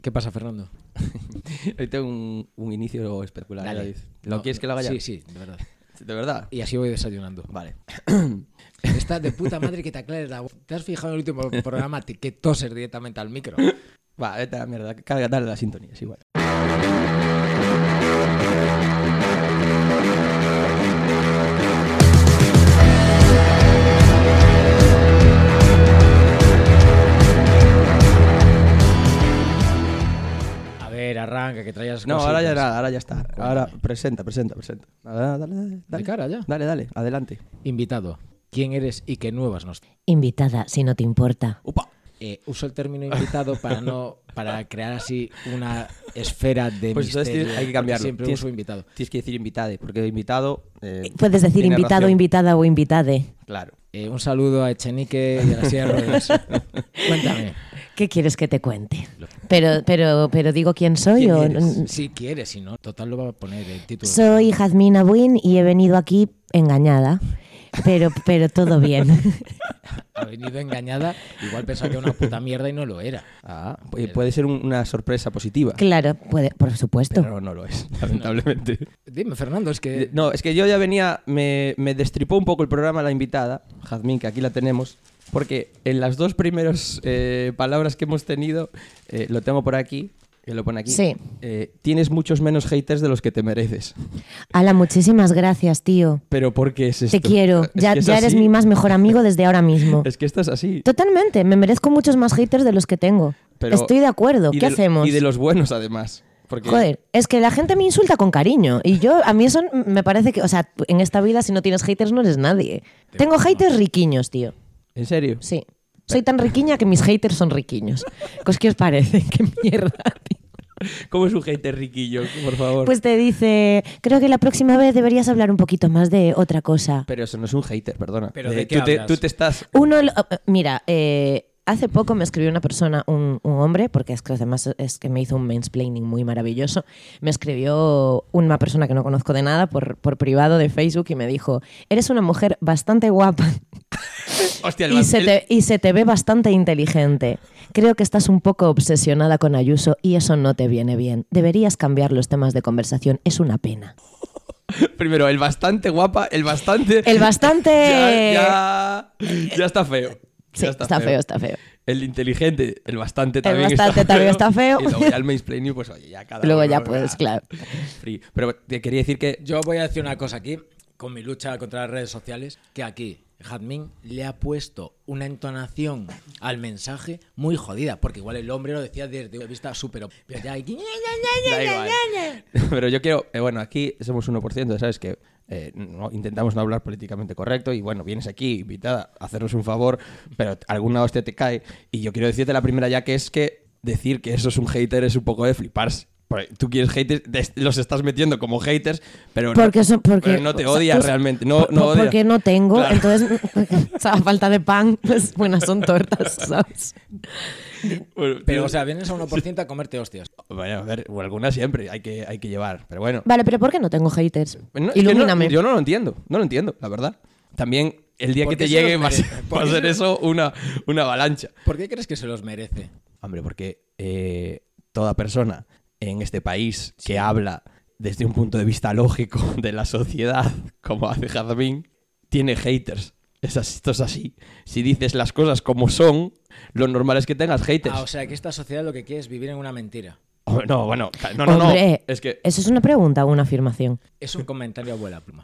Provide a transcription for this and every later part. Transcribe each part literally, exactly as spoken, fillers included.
¿Qué pasa, Fernando? Hoy tengo un, un inicio espectacular. Dale. ¿Lo No, quieres que lo haga ya? Sí, sí, de verdad. ¿De verdad? Y así voy desayunando. Vale. Está de puta madre que te aclares la voz. ¿Te has fijado en el último programa que toses directamente al micro? Va, vete a la mierda. Carga, dale la sintonía, es igual. A ver, arranca, que traigas No, cositas. ahora ya nada, ahora ya está. Cuéntame. Ahora presenta, presenta, presenta. Dale, dale, dale. ¿De cara ya? Dale, dale, adelante. Invitado. ¿Quién eres y qué nuevas nos... Invitada, si no te importa. ¡Upa! Eh, uso el término invitado para no para crear así una esfera de Pues entonces misterio. tienes- hay que porque cambiarlo. Siempre Tienes- uso invitado. Tienes que decir invitade, porque invitado... eh, Puedes decir tiene invitado, razón. invitada o invitade. Claro. Eh, un saludo a Echenique y a la silla de ruedas. Cuéntame. ¿Qué quieres que te cuente? Pero, pero, pero digo quién soy ¿Quién o eres? Si quieres, si no, total lo va a poner el título. soy Jazmín Abuin y he venido aquí engañada. Pero, pero todo bien. Ha venido engañada, igual pensaba que era una puta mierda y no lo era. Ah, pu- puede ser un- una sorpresa positiva. Claro, puede, por supuesto. Pero no lo es, lamentablemente. Dime, Fernando, es que... No, es que yo ya venía, me, me destripó un poco el programa la invitada, Jazmín, que aquí la tenemos, porque en las dos primeras eh, palabras que hemos tenido, eh, lo tengo por aquí, que lo pone aquí, Sí. eh, tienes muchos menos haters de los que te mereces. Ala, muchísimas gracias, tío. Pero ¿por qué es esto? Te quiero. Es Ya, que es ya eres así. mi más mejor amigo desde ahora mismo. Es que esto es así. Totalmente. Me merezco muchos más haters de los que tengo. Pero- Estoy de acuerdo. Y ¿Qué de- hacemos? Y de los buenos, además. Porque Joder, es que la gente me insulta con cariño. Y yo, a mí eso me parece que, o sea, en esta vida si no tienes haters no eres nadie. Tengo haters riquiños, tío. ¿En serio? Sí. Soy tan riquiña que mis haters son riquiños. Pues, ¿qué os parece? ¿Qué mierda, tío? ¿Cómo es un hater riquillo, por favor? Pues te dice, creo que la próxima vez deberías hablar un poquito más de otra cosa. Pero eso no es un hater, perdona. ¿Pero Eh, de qué tú, te, hablas? tú te estás... Uno, lo- mira, eh, hace poco me escribió una persona, un, un hombre, porque es que además es que me hizo un mansplaining muy maravilloso. Me escribió una persona que no conozco de nada por, por privado de Facebook y me dijo, eres una mujer bastante guapa Hostia, el y man- se, el- te, y se te ve bastante inteligente. Creo que estás un poco obsesionada con Ayuso y eso no te viene bien. Deberías cambiar los temas de conversación. Es una pena. Primero, el bastante guapa, el bastante... El bastante... Ya, ya, ya está feo. Sí, Ya está, feo, está feo. El inteligente, el bastante también bastante está también feo. está feo. Y luego ya el mansplaining, pues oye, ya cada Luego uno, ya pues, claro. Free. Pero te quería decir que... Yo voy a decir una cosa aquí, con mi lucha contra las redes sociales, que aquí Jazmín le ha puesto una entonación al mensaje muy jodida, porque igual el hombre lo decía desde una vista súper... Pero ya aquí... Da igual. Pero yo quiero... eh, bueno, aquí somos uno por ciento, ¿sabes? Que eh, no, intentamos no hablar políticamente correcto y bueno, vienes aquí invitada a hacernos un favor, pero alguna hostia te cae. Y yo quiero decirte la primera ya, que es que decir que eso es un hater es un poco de fliparse. Porque tú quieres haters, des- los estás metiendo como haters, pero, Porque no, eso- porque- pero no te o sea, odias tú- realmente. No, por- no odias. porque no tengo, Claro. entonces, o sea, a falta de pan, pues buenas son tortas, ¿sabes? Bueno, Pero, o sea, vienes a uno por ciento a comerte hostias. bueno, a ver, o alguna siempre hay que, hay que llevar. Pero bueno. Vale, pero ¿por qué no tengo haters? No, es que Ilumíname. no- yo no lo entiendo, no lo entiendo, la verdad. También el día ¿Por que qué te se llegue los va a ser, merece? va ¿Por a qué ser se- eso una, una avalancha. ¿Por qué crees que se los merece? Hombre, porque eh, toda persona en este país que habla desde un punto de vista lógico de la sociedad, como hace Jazmín, tiene haters. Es así, esto es así. Si dices las cosas como son, lo normal es que tengas haters. Ah, o sea, que esta sociedad lo que quiere es vivir en una mentira. Oh, no, bueno, no, no, Hombre, no. Es que ¿eso es una pregunta o una afirmación? Es un comentario abuela pluma.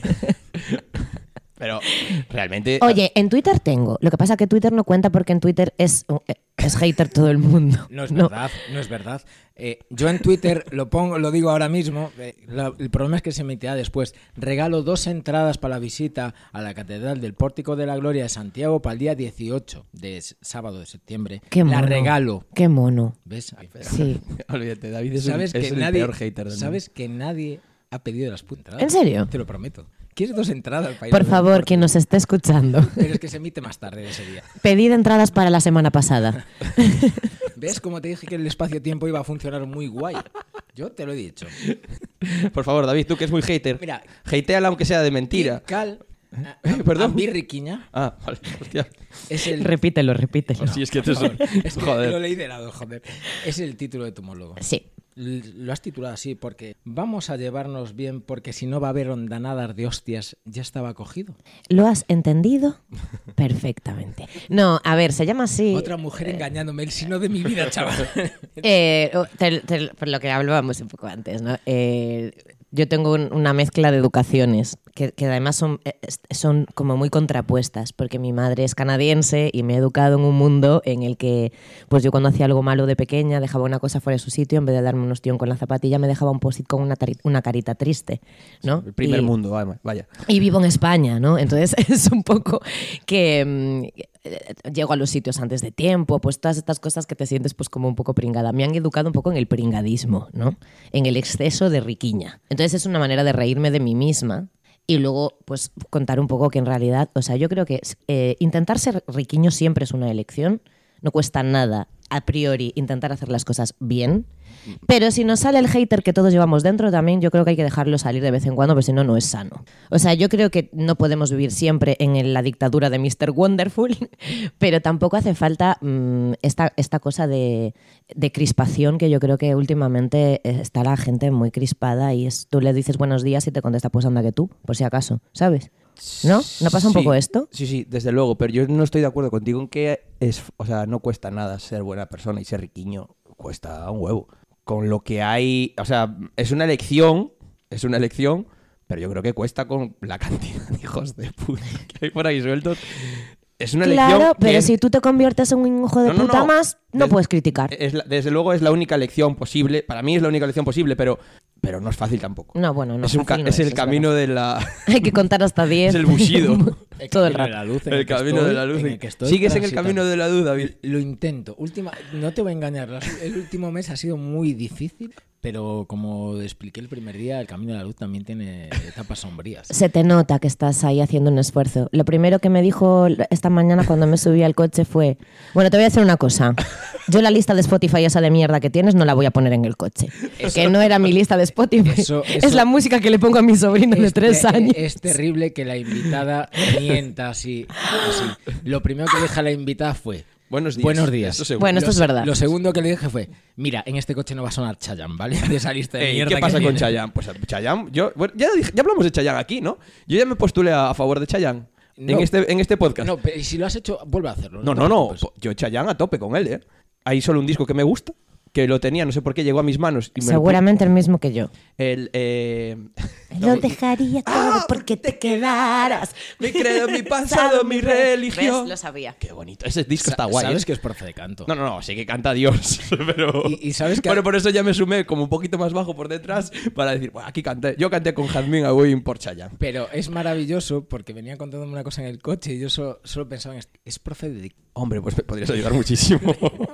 Pero realmente... Oye, en Twitter tengo. Lo que pasa es que Twitter no cuenta porque en Twitter es, es hater todo el mundo. No es verdad, no es verdad. Eh, yo en Twitter lo pongo, lo digo ahora mismo. eh, la- el problema es que se emitirá después. Regalo dos entradas para la visita a la Catedral del Pórtico de la Gloria de Santiago para el día dieciocho de s- sábado de septiembre. Qué mono. La regalo. Qué mono. ¿Ves? Sí. Olvídate, David es, ¿Sabes el, que es el nadie, peor hater del ¿Sabes que nadie ha pedido las putas entradas? ¿En serio? Te lo prometo. ¿Quieres dos entradas para ir Por al favor, Pórtico? quien nos esté escuchando, Pero es que se emite más tarde de ese día. pedid entradas para la semana pasada. ¿Ves cómo te dije que el espacio-tiempo iba a funcionar muy guay? Yo te lo he dicho. mundo. Por favor, David, tú que es muy hater, Mira, hateala aunque sea de mentira. Kid Cal ¿Eh? ¿Perdón? Ambi Riquiña. Ah, vale, hostia. Es el... Repítelo, repítelo. Sí, es que te son... Es que Joder. lo leí de lado, joder. Es el título de tu monólogo. Sí. L- Lo has titulado así porque vamos a llevarnos bien porque si no va a haber ondanadas de hostias, ya estaba cogido. ¿Lo has entendido? Perfectamente. No, a ver, se llama así. Otra mujer engañándome, el sino de mi vida, chaval. Eh, te- te- por lo que hablábamos un poco antes, ¿no? Eh, yo tengo un- una mezcla de educaciones que, que además son, eh, son como muy contrapuestas, porque mi madre es canadiense y me he educado en un mundo en el que pues yo cuando hacía algo malo de pequeña dejaba una cosa fuera de su sitio, en vez de darme un ostión con la zapatilla me dejaba un post-it con una, tari- una carita triste, ¿no? El primer Y- mundo, vaya. vaya. y vivo en España, ¿no? Entonces es un poco que mm, llego a los sitios antes de tiempo, pues todas estas cosas que te sientes pues como un poco pringada. Me han educado un poco en el pringadismo, ¿no? En el exceso de riquiña. Entonces es una manera de reírme de mí misma y luego pues contar un poco que en realidad, o sea, yo creo que eh, intentar ser riquiño siempre es una elección, no cuesta nada a priori intentar hacer las cosas bien. Pero si nos sale el hater que todos llevamos dentro, también yo creo que hay que dejarlo salir de vez en cuando, porque si no, no es sano. O sea, yo creo que no podemos vivir siempre en la dictadura de mister Wonderful, pero tampoco hace falta mmm, esta, esta cosa de, de crispación que yo creo que últimamente está la gente muy crispada y es, tú le dices buenos días y te contesta pues anda que tú, por si acaso, ¿sabes? ¿No? ¿No pasa un Sí, poco esto? Sí, sí, desde luego, pero yo no estoy de acuerdo contigo en que es, o sea, no cuesta nada ser buena persona y ser riquiño, cuesta un huevo. Con lo que hay, o sea, es una elección, es una elección, pero yo creo que cuesta con la cantidad de hijos de puta que hay por ahí sueltos. Es una Claro, elección pero que si tú te conviertes en un hijo de No, no, puta no. más, no Des- puedes criticar. es la- desde luego es la única elección posible, para mí es la única elección posible, pero, pero no es fácil tampoco. No, bueno, no. es un ca- fácil no es el es camino verdad. de la... Hay que contar hasta diez. Es el bushido. Todo el camino de rato. la luz en el que camino estoy, de la luz. en el que estoy Sigues en el transitando. camino de la luz, David. Lo intento. Última, no te voy a engañar. las- El último mes ha sido muy difícil, pero como expliqué el primer día, el camino de la luz también tiene etapas sombrías. Se te nota que estás ahí haciendo un esfuerzo. Lo primero que me dijo esta mañana cuando me subí al coche fue, bueno, te voy a decir una cosa. Yo la lista de Spotify esa de mierda que tienes no la voy a poner en el coche. Que no era mi lista de Spotify. Eso- Es eso- la música que le pongo a mi sobrino de Es tres te- años. Es terrible que la invitada mienta así, así. Lo primero que dije a la invitada fue Buenos días. Buenos días. Esto seguro. Bueno, esto Lo es se- verdad. Lo segundo que le dije fue, mira, en este coche no va a sonar Chayanne, ¿vale? De esa lista de Ey, mierda ¿qué que pasa con tiene. Chayanne? Pues Chayanne, yo, bueno, ya, dije- ya hablamos de Chayanne aquí, ¿no? Yo ya me postulé a, a favor de Chayanne No. en, este, en este podcast. No, pero si lo has hecho, vuelve a hacerlo. No, te no, no. preocupes. po- Yo Chayanne a tope con él, ¿eh? Hay solo un disco que me gusta, que lo tenía, no sé por qué, llegó a mis manos. Y me lo Seguramente el mismo que yo. puse. El, eh... Lo dejaría todo Ah, porque te quedaras. Mi credo, mi pasado, mi religión. ¿Ves? Lo sabía. Qué bonito. Ese disco Sa- está guay. Sabes ¿eh? que es profe de canto. No, no, no, sí que canta Dios, pero... Y- y sabes que- Bueno, por eso ya me sumé como un poquito más bajo por detrás para decir, bueno, aquí canté. Yo canté con Jazmín Agüín por Chayanne. Pero es maravilloso porque venía contándome una cosa en el coche y yo solo, solo pensaba en esto. Es profe de... Hombre, pues me podrías ayudar muchísimo.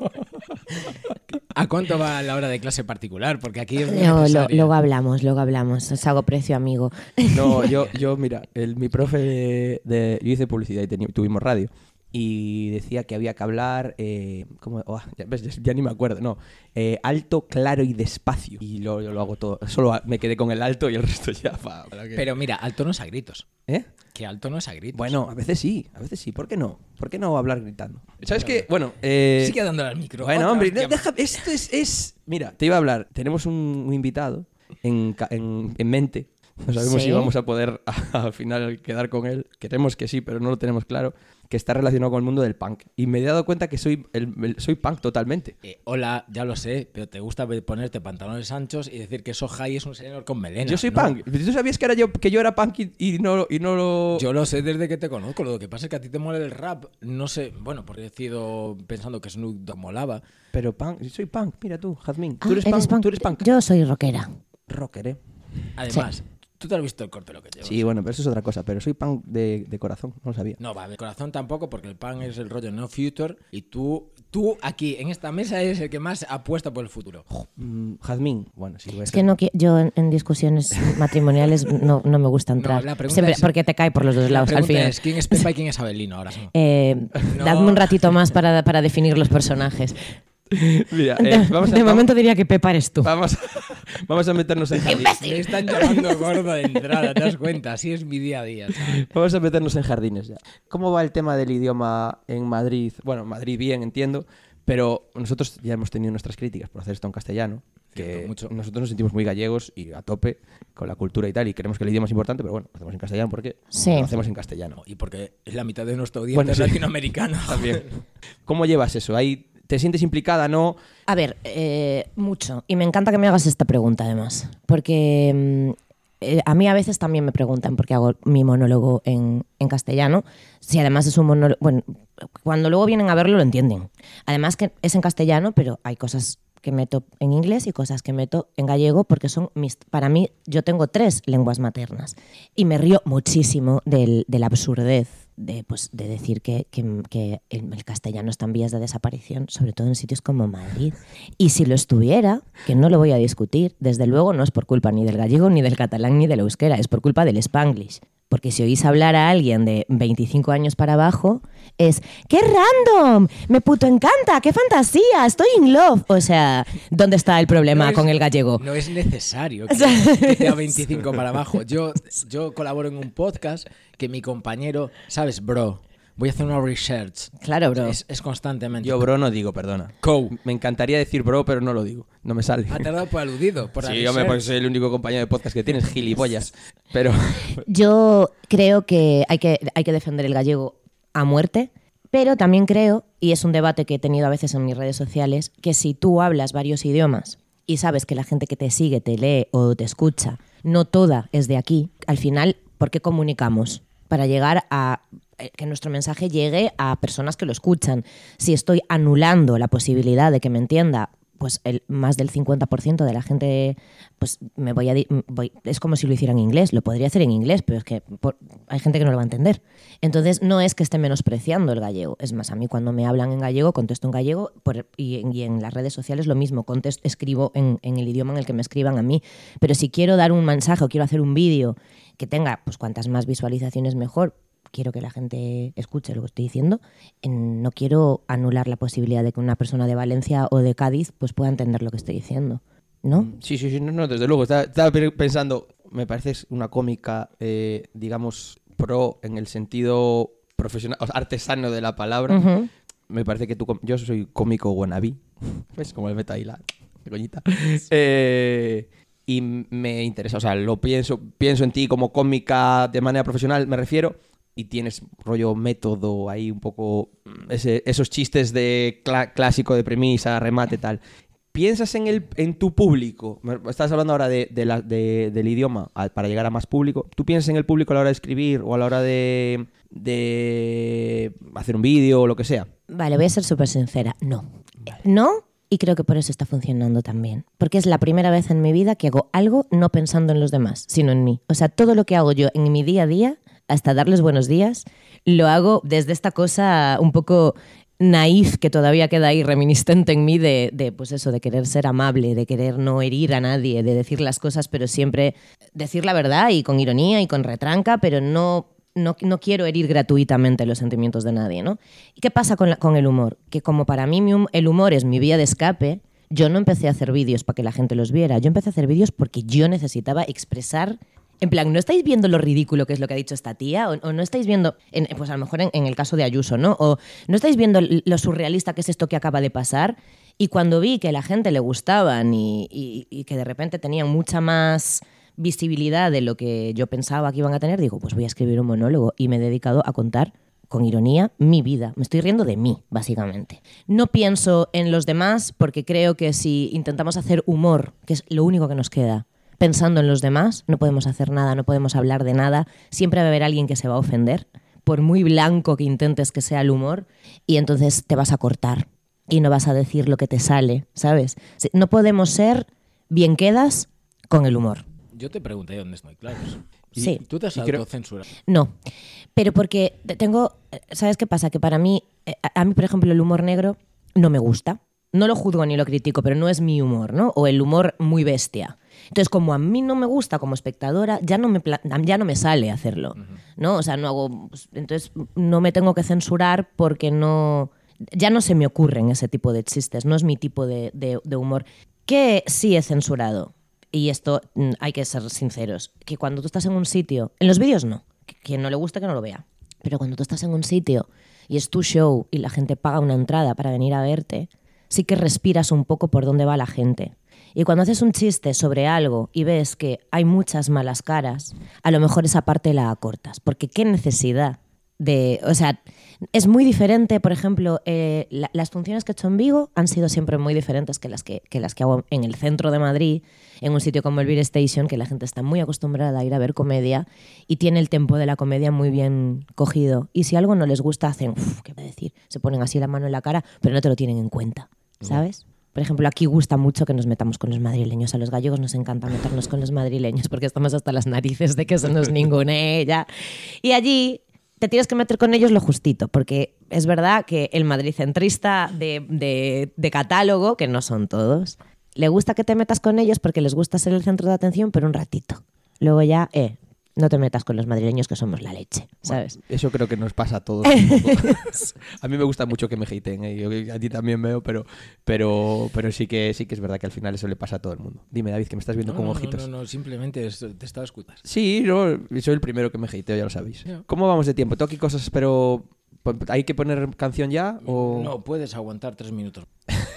¿A cuánto va la hora de clase particular? Porque aquí es muy No, lo- necesaria. luego hablamos, luego hablamos. Os hago precio, amigo. No, yo, yo mira, el, mi profe de, de- Yo hice publicidad y teni- tuvimos radio. Y decía que había que hablar... Eh, ¿cómo? Oh, ya, ves, ya, ya ni me acuerdo, no. Eh, alto, claro y despacio. Y lo, yo lo hago todo. Solo a- me quedé con el alto y el resto ya... Pa, para que- Pero mira, alto no es a gritos. ¿Eh? Que alto no es a gritos. Bueno, a veces sí, a veces sí. ¿Por qué no? ¿Por qué no hablar gritando? ¿Sabes qué? Bueno, eh... sigue dándole al micro. Bueno, Otra hombre, hostia deja, esto es, es... Mira, te iba a hablar. Tenemos un, un invitado en, ca- en, en mente. No sabemos ¿Sí? si vamos a poder a- al final quedar con él. Queremos que sí, pero no lo tenemos claro. Que está relacionado con el mundo del punk. Y me he dado cuenta que soy, el, el- soy punk totalmente. Eh, hola, ya lo sé, pero te gusta ve- ponerte pantalones anchos y decir que Sohai es un señor con melena. Yo soy ¿no? punk. ¿Tú sabías que, era yo, que yo era punk y, y no, y no lo...? Yo lo sé desde que te conozco. Lo que pasa es que a ti te mola el rap. No sé, bueno, porque he decidido pensando que Snoop Dogg molaba. Pero punk, yo soy punk. Mira tú, Jazmín. Ah, ¿Tú eres, ¿eres punk? ¿Tú eres punk? Yo soy rockera. Rocker, ¿eh? Además, tú te has visto el corte lo que llevas. Sí, bueno, pero eso es otra cosa. Pero soy punk de, de corazón, no lo sabía. No, va, de corazón tampoco, porque el pan es el rollo no future y tú, tú aquí en esta mesa eres el que más apuesta por el futuro. Mm, Jazmín, bueno, sí, voy a Es ser- que no, qui- yo en, en discusiones matrimoniales no, no me gusta entrar. la pregunta Siempre- es- porque te cae por los dos La lados al pregunta final. es, ¿quién es Pepa y quién es Abelino ahora mismo? Eh, No. Dadme un ratito más para, para definir los personajes. Mira, eh, vamos a, de vamos, momento diría que Pepa eres tú. Vamos, vamos a meternos en jardines. Me están llamando gordo de entrada, ¿te das cuenta? Así es mi día a día, chaval. Vamos a meternos en jardines ya. ¿Cómo va el tema del idioma en Madrid? Bueno, Madrid bien, entiendo, pero nosotros ya hemos tenido nuestras críticas por hacer esto en castellano, que Cierto, mucho. nosotros nos sentimos muy gallegos y a tope con la cultura y tal, y creemos que el idioma es importante, pero bueno, lo hacemos en castellano porque Sí. lo hacemos en castellano. Y porque es la mitad de nuestro audiencia Bueno, es sí. latinoamericano. También. ¿Cómo llevas eso? ¿Ahí te sientes implicada, no? A ver, eh, mucho. Y me encanta que me hagas esta pregunta, además. Porque mm, eh, a mí a veces también me preguntan por qué hago mi monólogo en, en castellano. Si además es un monólogo... Bueno, cuando luego vienen a verlo lo entienden. Además que es en castellano, pero hay cosas que meto en inglés y cosas que meto en gallego porque son mis... Para mí, yo tengo tres lenguas maternas. Y me río muchísimo del, de la absurdez de, pues, de decir que, que, que el, el castellano está en vías de desaparición, sobre todo en sitios como Madrid. Y si lo estuviera, que no lo voy a discutir, desde luego no es por culpa ni del gallego, ni del catalán, ni del euskera, es por culpa del spanglish. Porque si oís hablar a alguien de veinticinco años para abajo, es ¡qué random! ¡Me puto encanta! ¡Qué fantasía! ¡Estoy in love! O sea, ¿dónde está el problema No es- con el gallego? No es necesario que, O sea, que sea veinticinco para abajo. Yo, yo colaboro en un podcast que mi compañero, ¿sabes, bro? Voy a hacer una research. Claro, bro. Es, es constantemente. Yo bro no digo, perdona. Co. Me encantaría decir bro, pero no lo digo. No me sale. Ha tardado por aludido. Por la Sí, hombre, research. porque soy el único compañero de podcast que tienes, gilipollas. Pero Yo creo que hay, que hay que defender el gallego a muerte, pero también creo, y es un debate que he tenido a veces en mis redes sociales, que si tú hablas varios idiomas y sabes que la gente que te sigue, te lee o te escucha, no toda es de aquí, al final, ¿por qué comunicamos? Para llegar a que nuestro mensaje llegue a personas que lo escuchan. Si estoy anulando la posibilidad de que me entienda pues el, más del cincuenta por ciento de la gente, pues me voy a... di- Voy, es como si lo hiciera en inglés, lo podría hacer en inglés, pero es que por- hay gente que no lo va a entender. Entonces no es que esté menospreciando el gallego, es más, a mí cuando me hablan en gallego, contesto en gallego por- y, en- y en las redes sociales lo mismo, contesto, escribo en, en el idioma en el que me escriban a mí. Pero si quiero dar un mensaje o quiero hacer un vídeo que tenga, pues cuantas más visualizaciones mejor, quiero que la gente escuche lo que estoy diciendo, en- no quiero anular la posibilidad de que una persona de Valencia o de Cádiz pues pueda entender lo que estoy diciendo, ¿no? sí, sí, sí, no, no, desde luego. Estaba, estaba pensando, me pareces una cómica, eh, digamos, pro en el sentido profesional, o sea, artesano de la palabra. Ujú. Me parece que tú, com- yo soy cómico wannabe, ¿ves? Como el meta ahí la qué coñita. Eh, y me interesa, o sea, lo pienso, pienso en ti como cómica de manera profesional, me refiero, y tienes rollo método ahí un poco, ese- esos chistes de cla- clásico de premisa, remate, tal. ¿Piensas en, el, en tu público? Me- Estás hablando ahora de, de la- de- del idioma a- para llegar a más público. ¿Tú piensas en el público a la hora de escribir o a la hora de, de hacer un vídeo o lo que sea? Vale, voy a ser súper sincera. No. No, y creo que por eso está funcionando también. Porque es la primera vez en mi vida que hago algo no pensando en los demás, sino en mí. O sea, todo lo que hago yo en mi día a día, hasta darles buenos días, lo hago desde esta cosa un poco naif que todavía queda ahí reminiscente en mí de, de, pues eso, de querer ser amable, de querer no herir a nadie, de decir las cosas, pero siempre decir la verdad y con ironía y con retranca, pero no... No, no quiero herir gratuitamente los sentimientos de nadie, ¿no? ¿Y qué pasa con, la- con el humor? Que como para mí mi hum- el humor es mi vía de escape, yo no empecé a hacer vídeos para que la gente los viera. Yo empecé a hacer vídeos porque yo necesitaba expresar... En plan, ¿no estáis viendo lo ridículo que es lo que ha dicho esta tía? ¿O, o no estáis viendo, en- pues a lo mejor en, en el caso de Ayuso, ¿no? ¿O no estáis viendo lo surrealista que es esto que acaba de pasar? Y cuando vi que a la gente le gustaban y, y- y que de repente tenían mucha más visibilidad de lo que yo pensaba que iban a tener, digo, pues voy a escribir un monólogo y me he dedicado a contar con ironía mi vida. Me estoy riendo de mí, básicamente. No pienso en los demás porque creo que si intentamos hacer humor, que es lo único que nos queda, pensando en los demás, no podemos hacer nada, no podemos hablar de nada. Siempre va a haber alguien que se va a ofender, por muy blanco que intentes que sea el humor, y entonces te vas a cortar y no vas a decir lo que te sale, ¿sabes? Sí, no podemos ser bien quedas con el humor. Yo te pregunté dónde estoy, claro. Sí. ¿Tú te has Y creo- autocensurado? No, pero porque tengo, ¿sabes qué pasa? Que para mí, eh, a a mí, por ejemplo, el humor negro no me gusta. No lo juzgo ni lo critico, pero no es mi humor, ¿no? O el humor muy bestia. Entonces, como a mí no me gusta como espectadora, ya no me, pla- ya no me sale hacerlo, ¿no? O sea, no hago... Entonces, no me tengo que censurar porque no... Ya no se me ocurren ese tipo de chistes, no es mi tipo de, de, de humor. Que sí he censurado, y esto mm, hay que ser sinceros, que cuando tú estás en un sitio, en los vídeos no, que quien no le guste que no lo vea, pero cuando tú estás en un sitio y es tu show y la gente paga una entrada para venir a verte, sí que respiras un poco por dónde va la gente. Y cuando haces un chiste sobre algo y ves que hay muchas malas caras, a lo mejor esa parte la acortas, porque qué necesidad de... O sea, es muy diferente, por ejemplo, eh, la, las funciones que he hecho en Vigo han sido siempre muy diferentes que las que, que las que hago en el centro de Madrid, en un sitio como el Beer Station, que la gente está muy acostumbrada a ir a ver comedia y tiene el tempo de la comedia muy bien cogido. Y si algo no les gusta, hacen, uff, ¿qué voy a decir? Se ponen así la mano en la cara, pero no te lo tienen en cuenta, ¿sabes? Por ejemplo, aquí gusta mucho que nos metamos con los madrileños. A los gallegos nos encanta meternos con los madrileños porque estamos hasta las narices de que se nos ningune ya. Y allí te tienes que meter con ellos lo justito, porque es verdad que el madricentrista de, de, de catálogo, que no son todos, le gusta que te metas con ellos porque les gusta ser el centro de atención, pero un ratito. Luego ya, eh, no te metas con los madrileños que somos la leche, ¿sabes? Bueno, eso creo que nos pasa a todos un poco. A mí me gusta mucho que me hateen, ¿eh? Yo, a ti también veo, pero, pero, pero sí, que, sí que es verdad que al final eso le pasa a todo el mundo. Dime, David, que me estás viendo no, con no, ojitos. No, no, no, simplemente es, te estaba escuchando. Sí, no, soy el primero que me hateo, ya lo sabéis. Yeah. ¿Cómo vamos de tiempo? Tengo aquí cosas, pero ¿hay que poner canción ya? O... No, puedes aguantar tres minutos.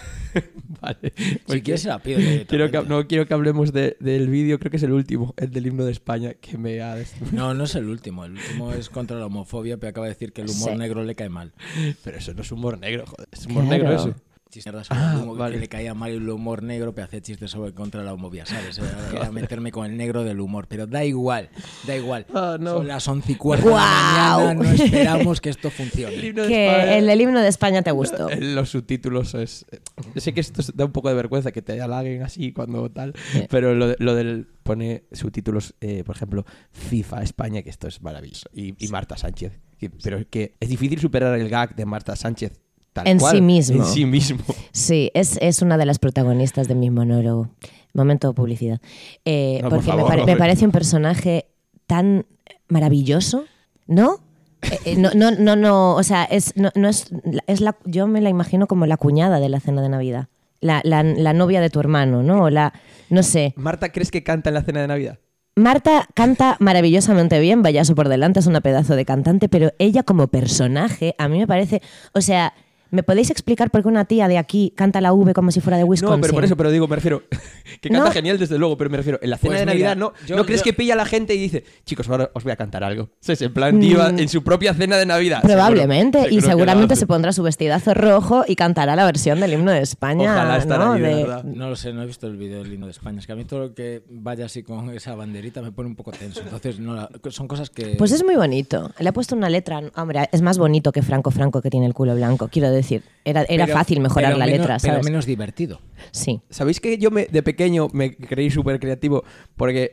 Vale. Si quieres se la pido. Quiero que, no quiero que hablemos de, del vídeo, creo que es el último, el del himno de España, que me ha... No, no es el último. El último es contra la homofobia, pero acaba de decir que el humor sí. negro le cae mal. Pero eso no es humor negro, joder. Es humor claro. negro eso. Chistes sobre ah, el humor, vale. Que le caía mal el humor negro, pero hace chistes sobre contra la homofobia, ¿sabes? Era, era meterme con el negro del humor, pero da igual, da igual. Oh, no. Son las once y cuarto wow. de la mañana, no esperamos que esto funcione. El que el, el himno de España te gustó. Los subtítulos es... Sé que esto da un poco de vergüenza que te halaguen así cuando tal, sí. pero lo, lo del... pone subtítulos, eh, por ejemplo, FIFA España, que esto es maravilloso, y, y Marta Sánchez. Que, pero que es difícil superar el gag de Marta Sánchez. Tal en cual, sí mismo. En sí mismo. Sí, es, es una de las protagonistas de mi monólogo. Momento de publicidad. Eh, no, porque por favor, me, pare, me parece un personaje tan maravilloso, ¿no? Eh, no, no, no, no, o sea, es, no, no es, es la, yo me la imagino como la cuñada de la cena de Navidad. La, la, la novia de tu hermano, ¿no? O la, no sé. ¿Marta crees que canta en la cena de Navidad? Marta canta maravillosamente bien, vayaso por delante, es una pedazo de cantante, pero ella como personaje, a mí me parece, o sea... ¿Me podéis explicar por qué una tía de aquí canta la V como si fuera de Wisconsin? No, pero por eso, pero digo, me refiero, que canta ¿no? genial desde luego, pero me refiero, en la cena pues de Navidad, mira, ¿no? Yo, ¿No crees yo... que pilla a la gente y dice, chicos, ahora os voy a cantar algo? ¿Sabes? En plan, diva, mm, en su propia cena de Navidad. Probablemente, seguro, y seguro seguramente se pondrá su vestidazo rojo y cantará la versión del himno de España. Ojalá estar ¿no? allí, de de... verdad. No lo sé, no he visto el vídeo del himno de España. Es que a mí todo lo que vaya así con esa banderita me pone un poco tenso. Entonces, no la... son cosas que... Pues es muy bonito. Le ha puesto una letra, hombre, es más bonito que Franco Franco, que tiene el culo blanco, quiero decir. Era, era Era pero, fácil mejorar la menos, letra, ¿sabes? Pero menos divertido. Sí. ¿Sabéis que yo me, de pequeño me creí súper creativo? Porque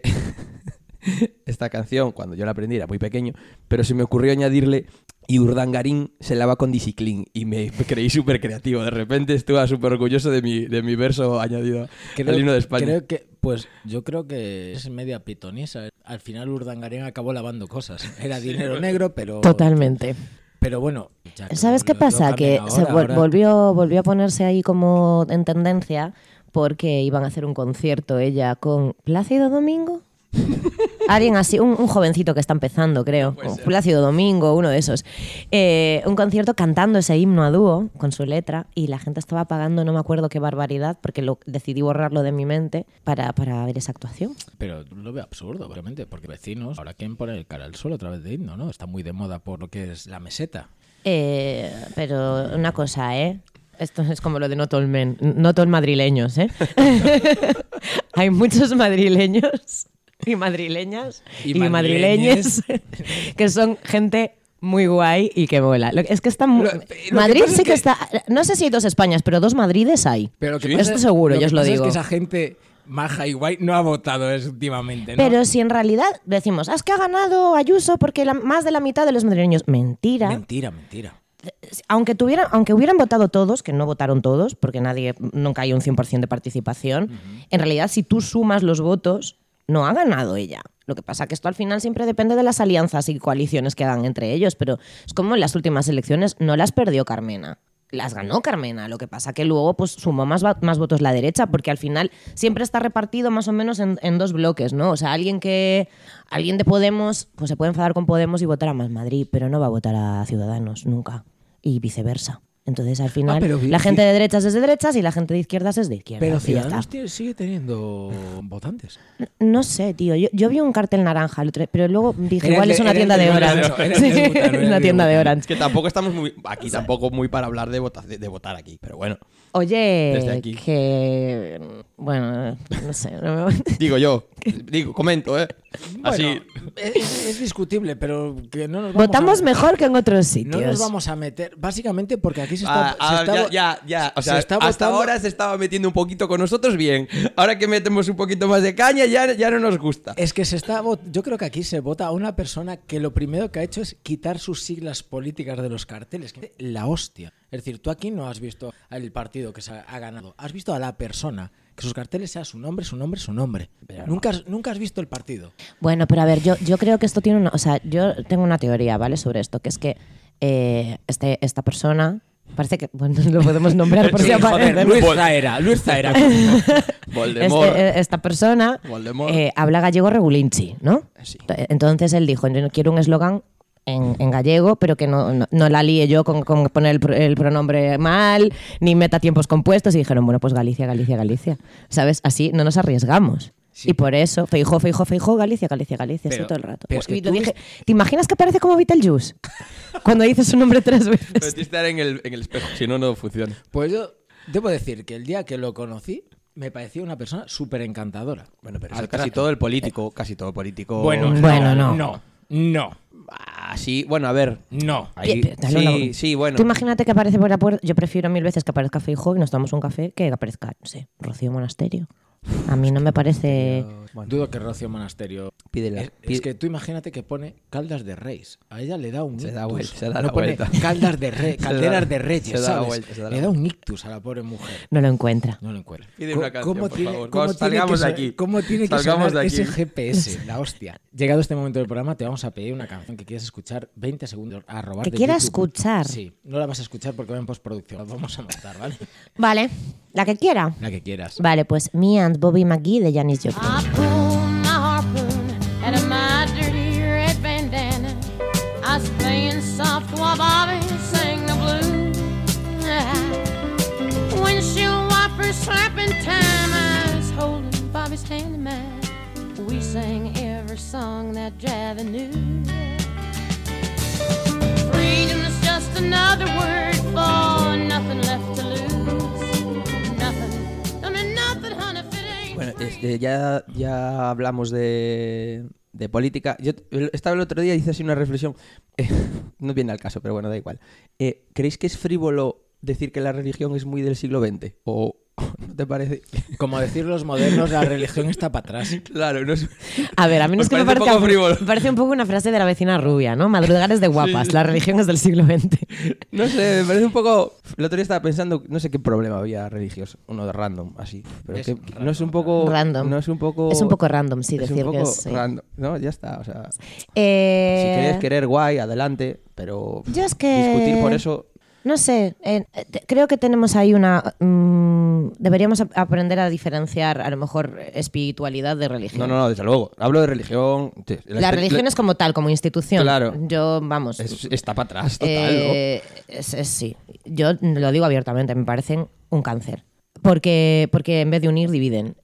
esta canción, cuando yo la aprendí, era muy pequeño, pero se me ocurrió añadirle y Urdangarín se lava con Disciclin y me creí súper creativo. De repente estuve súper orgulloso de mi, de mi verso añadido creo, al himno de España. Creo que, pues yo creo que es media pitonisa. Al final Urdangarín acabó lavando cosas. Era dinero negro, pero... Totalmente. Pero bueno, ¿sabes lo, qué lo, pasa? lo que ahora, se vol- ahora... volvió, volvió a ponerse ahí como en tendencia porque iban a hacer un concierto ella con Plácido Domingo. Alguien así, un, un jovencito que está empezando, creo. No Plácido Domingo, uno de esos. Eh, un concierto cantando ese himno a dúo con su letra y la gente estaba pagando, no me acuerdo qué barbaridad, porque lo, decidí borrarlo de mi mente para, para ver esa actuación. Pero lo veo absurdo, obviamente, porque vecinos ahora quieren poner el cara al suelo a través de himno, ¿no? Está muy de moda por lo que es la meseta. Eh, pero una cosa, ¿eh? Esto es como lo de no todo men, no todos madrileños, ¿eh? Hay muchos madrileños y madrileñas y, y madrileñes que son gente muy guay y que mola. Es que está muy... lo, lo Madrid que sí que, que está... No sé si hay dos Españas, pero dos Madrides hay. Pero ¿sí? Esto seguro, lo yo os lo digo. Es que esa gente maja y guay no ha votado eso últimamente, ¿no? Pero si en realidad decimos, ah, es que ha ganado Ayuso porque la, más de la mitad de los madrileños... Mentira. Mentira, mentira. Aunque, tuvieran, aunque hubieran votado todos, que no votaron todos, porque nadie nunca hay un cien por ciento de participación, uh-huh. En realidad si tú sumas los votos, no ha ganado ella. Lo que pasa que esto al final siempre depende de las alianzas y coaliciones que hagan entre ellos, pero es como en las últimas elecciones, no las perdió Carmena. las ganó Carmena. Lo que pasa que luego pues sumó más, más votos la derecha, porque al final siempre está repartido más o menos en, en dos bloques, ¿no? O sea, alguien que alguien de Podemos pues se puede enfadar con Podemos y votar a Más Madrid, pero no va a votar a Ciudadanos nunca, y viceversa. Entonces, al final, ah, pero, la gente de derechas es de derechas y la gente de izquierdas es de izquierdas. Pero Ciudadanos sigue teniendo votantes. No, no sé, tío. Yo, yo vi un cartel naranja, pero luego dije, igual es una tienda de Orange. Es una tienda de Orange. Es que tampoco estamos muy... Aquí o sea, tampoco muy para hablar de, vota, de, de votar aquí, pero bueno. Oye, que... Bueno, no sé. No me... Digo yo. Digo, comento, ¿eh? Bueno, así. Es, es discutible, pero que no nos vamos Votamos a... mejor que en otros sitios. No nos vamos a meter... Básicamente porque aquí se está... Ah, se está ya, ya, ya. O sea, hasta votando... ahora se estaba metiendo un poquito con nosotros bien. Ahora que metemos un poquito más de caña, ya, ya no nos gusta. Es que se está... Yo creo que aquí se vota a una persona que lo primero que ha hecho es quitar sus siglas políticas de los carteles. La hostia. Es decir, tú aquí no has visto al partido que se ha ganado. Has visto a la persona. Que sus carteles sea su nombre, su nombre, su nombre. Pero nunca, no. has, nunca has visto el partido. Bueno, pero a ver, yo, yo creo que esto tiene una... O sea, yo tengo una teoría, ¿vale? Sobre esto, que es que eh, este, esta persona... Parece que... Bueno, lo podemos nombrar por sí, si aparece. Luis Zaera. Luis Zaera. Voldemort. Este, esta persona eh, habla gallego regulinchi, ¿no? Sí. Entonces él dijo, yo no quiero un eslogan En, en gallego, pero que no, no, no la líe yo con, con poner el, el pronombre mal, ni meta tiempos compuestos, y dijeron, bueno, pues Galicia, Galicia, Galicia. ¿Sabes? Así no nos arriesgamos. Sí. Y por eso, Feijó, Feijó, Feijó, Galicia, Galicia, Galicia, pero, así todo el rato. Pero es que y lo dije, ves... ¿te imaginas que parece como Beetlejuice? Cuando dices su nombre tres veces. Pero tienes que estar en el, en el espejo, si no, no funciona. Pues yo debo decir que el día que lo conocí, me parecía una persona súper encantadora. Bueno, pero eso casi todo el político, eh. casi todo el político... Bueno, bueno no. No, no. Ah, sí, bueno, a ver. No. Ahí, sí, sí, sí, bueno. Tú imagínate que aparece por la puerta. Yo prefiero mil veces que aparezca Feijóo y nos tomamos un café que aparezca, no sé, Rocío Monasterio. A mí no me parece... Bueno, dudo que Rocío Monasterio... Pídela. Es, es que tú imagínate que pone Caldas de Reis. A ella le da un se ictus. Da vuelta, se da no la pone vuelta. Caldas de Reyes, Calderas da, de Reyes, da ¿sabes? Vuelta, da le da un ictus a la pobre mujer. No lo encuentra. No lo encuentra. Pide una canción, ¿Cómo por tiene, favor. ¿cómo Vamos, tiene salgamos que de aquí. ¿Cómo tiene que salgamos sonar de aquí. ese G P S? La hostia. Llegado este momento del programa, te vamos a pedir una canción que quieras escuchar veinte segundos a robar ¿Que de quieras YouTube. escuchar? Sí. No la vas a escuchar porque va en postproducción. La vamos a montar, ¿vale? Vale. ¿La que quiera? La que quieras. Vale, pues Me and Bobby McGee de Janis Joplin. I pulled my harpoon out of my dirty red bandana. I was playing soft while Bobby sang the blues. Windshield wipers slapping time. I was holding Bobby's hand in mine. We sang every song that Javi knew. Freedom's just another word for nothing left to lose. Nothing, I mean nothing, honey, if it ain't. Bueno, este, ya, ya hablamos de, de política. Yo estaba el otro día y hice así una reflexión. Eh, no viene al caso, pero bueno, da igual. Eh, ¿Creéis que es frívolo decir que la religión es muy del siglo veinte? ¿O no te parece? Como decir los modernos, la religión está para atrás. Claro, no es... A ver, a mí no es que me parece parezca un poco frívolo. Me parece un poco una frase de la vecina rubia, ¿no? Madrugar es de guapas, Sí. la religión es del siglo veinte. No sé, me parece un poco... El otro día estaba pensando, no sé qué problema había religioso, uno de random, así. Pero Es que random, no es un poco... Random. No es un poco... Es un poco random, sí, es decir un que poco es... sí. random. No, ya está, o sea... Eh, Si quieres querer, guay, adelante, pero... Yo es que... Discutir por eso... No sé, eh, te- creo que tenemos ahí una... mm, deberíamos ap- aprender a diferenciar a lo mejor espiritualidad de religión. No, no, no, desde luego. Hablo de religión... sí, La religión es como tal, como institución. Claro. Yo, vamos... Es- está para atrás, total, eh, es- es- sí, yo lo digo abiertamente, me parecen un cáncer. Porque, porque en vez de unir, dividen.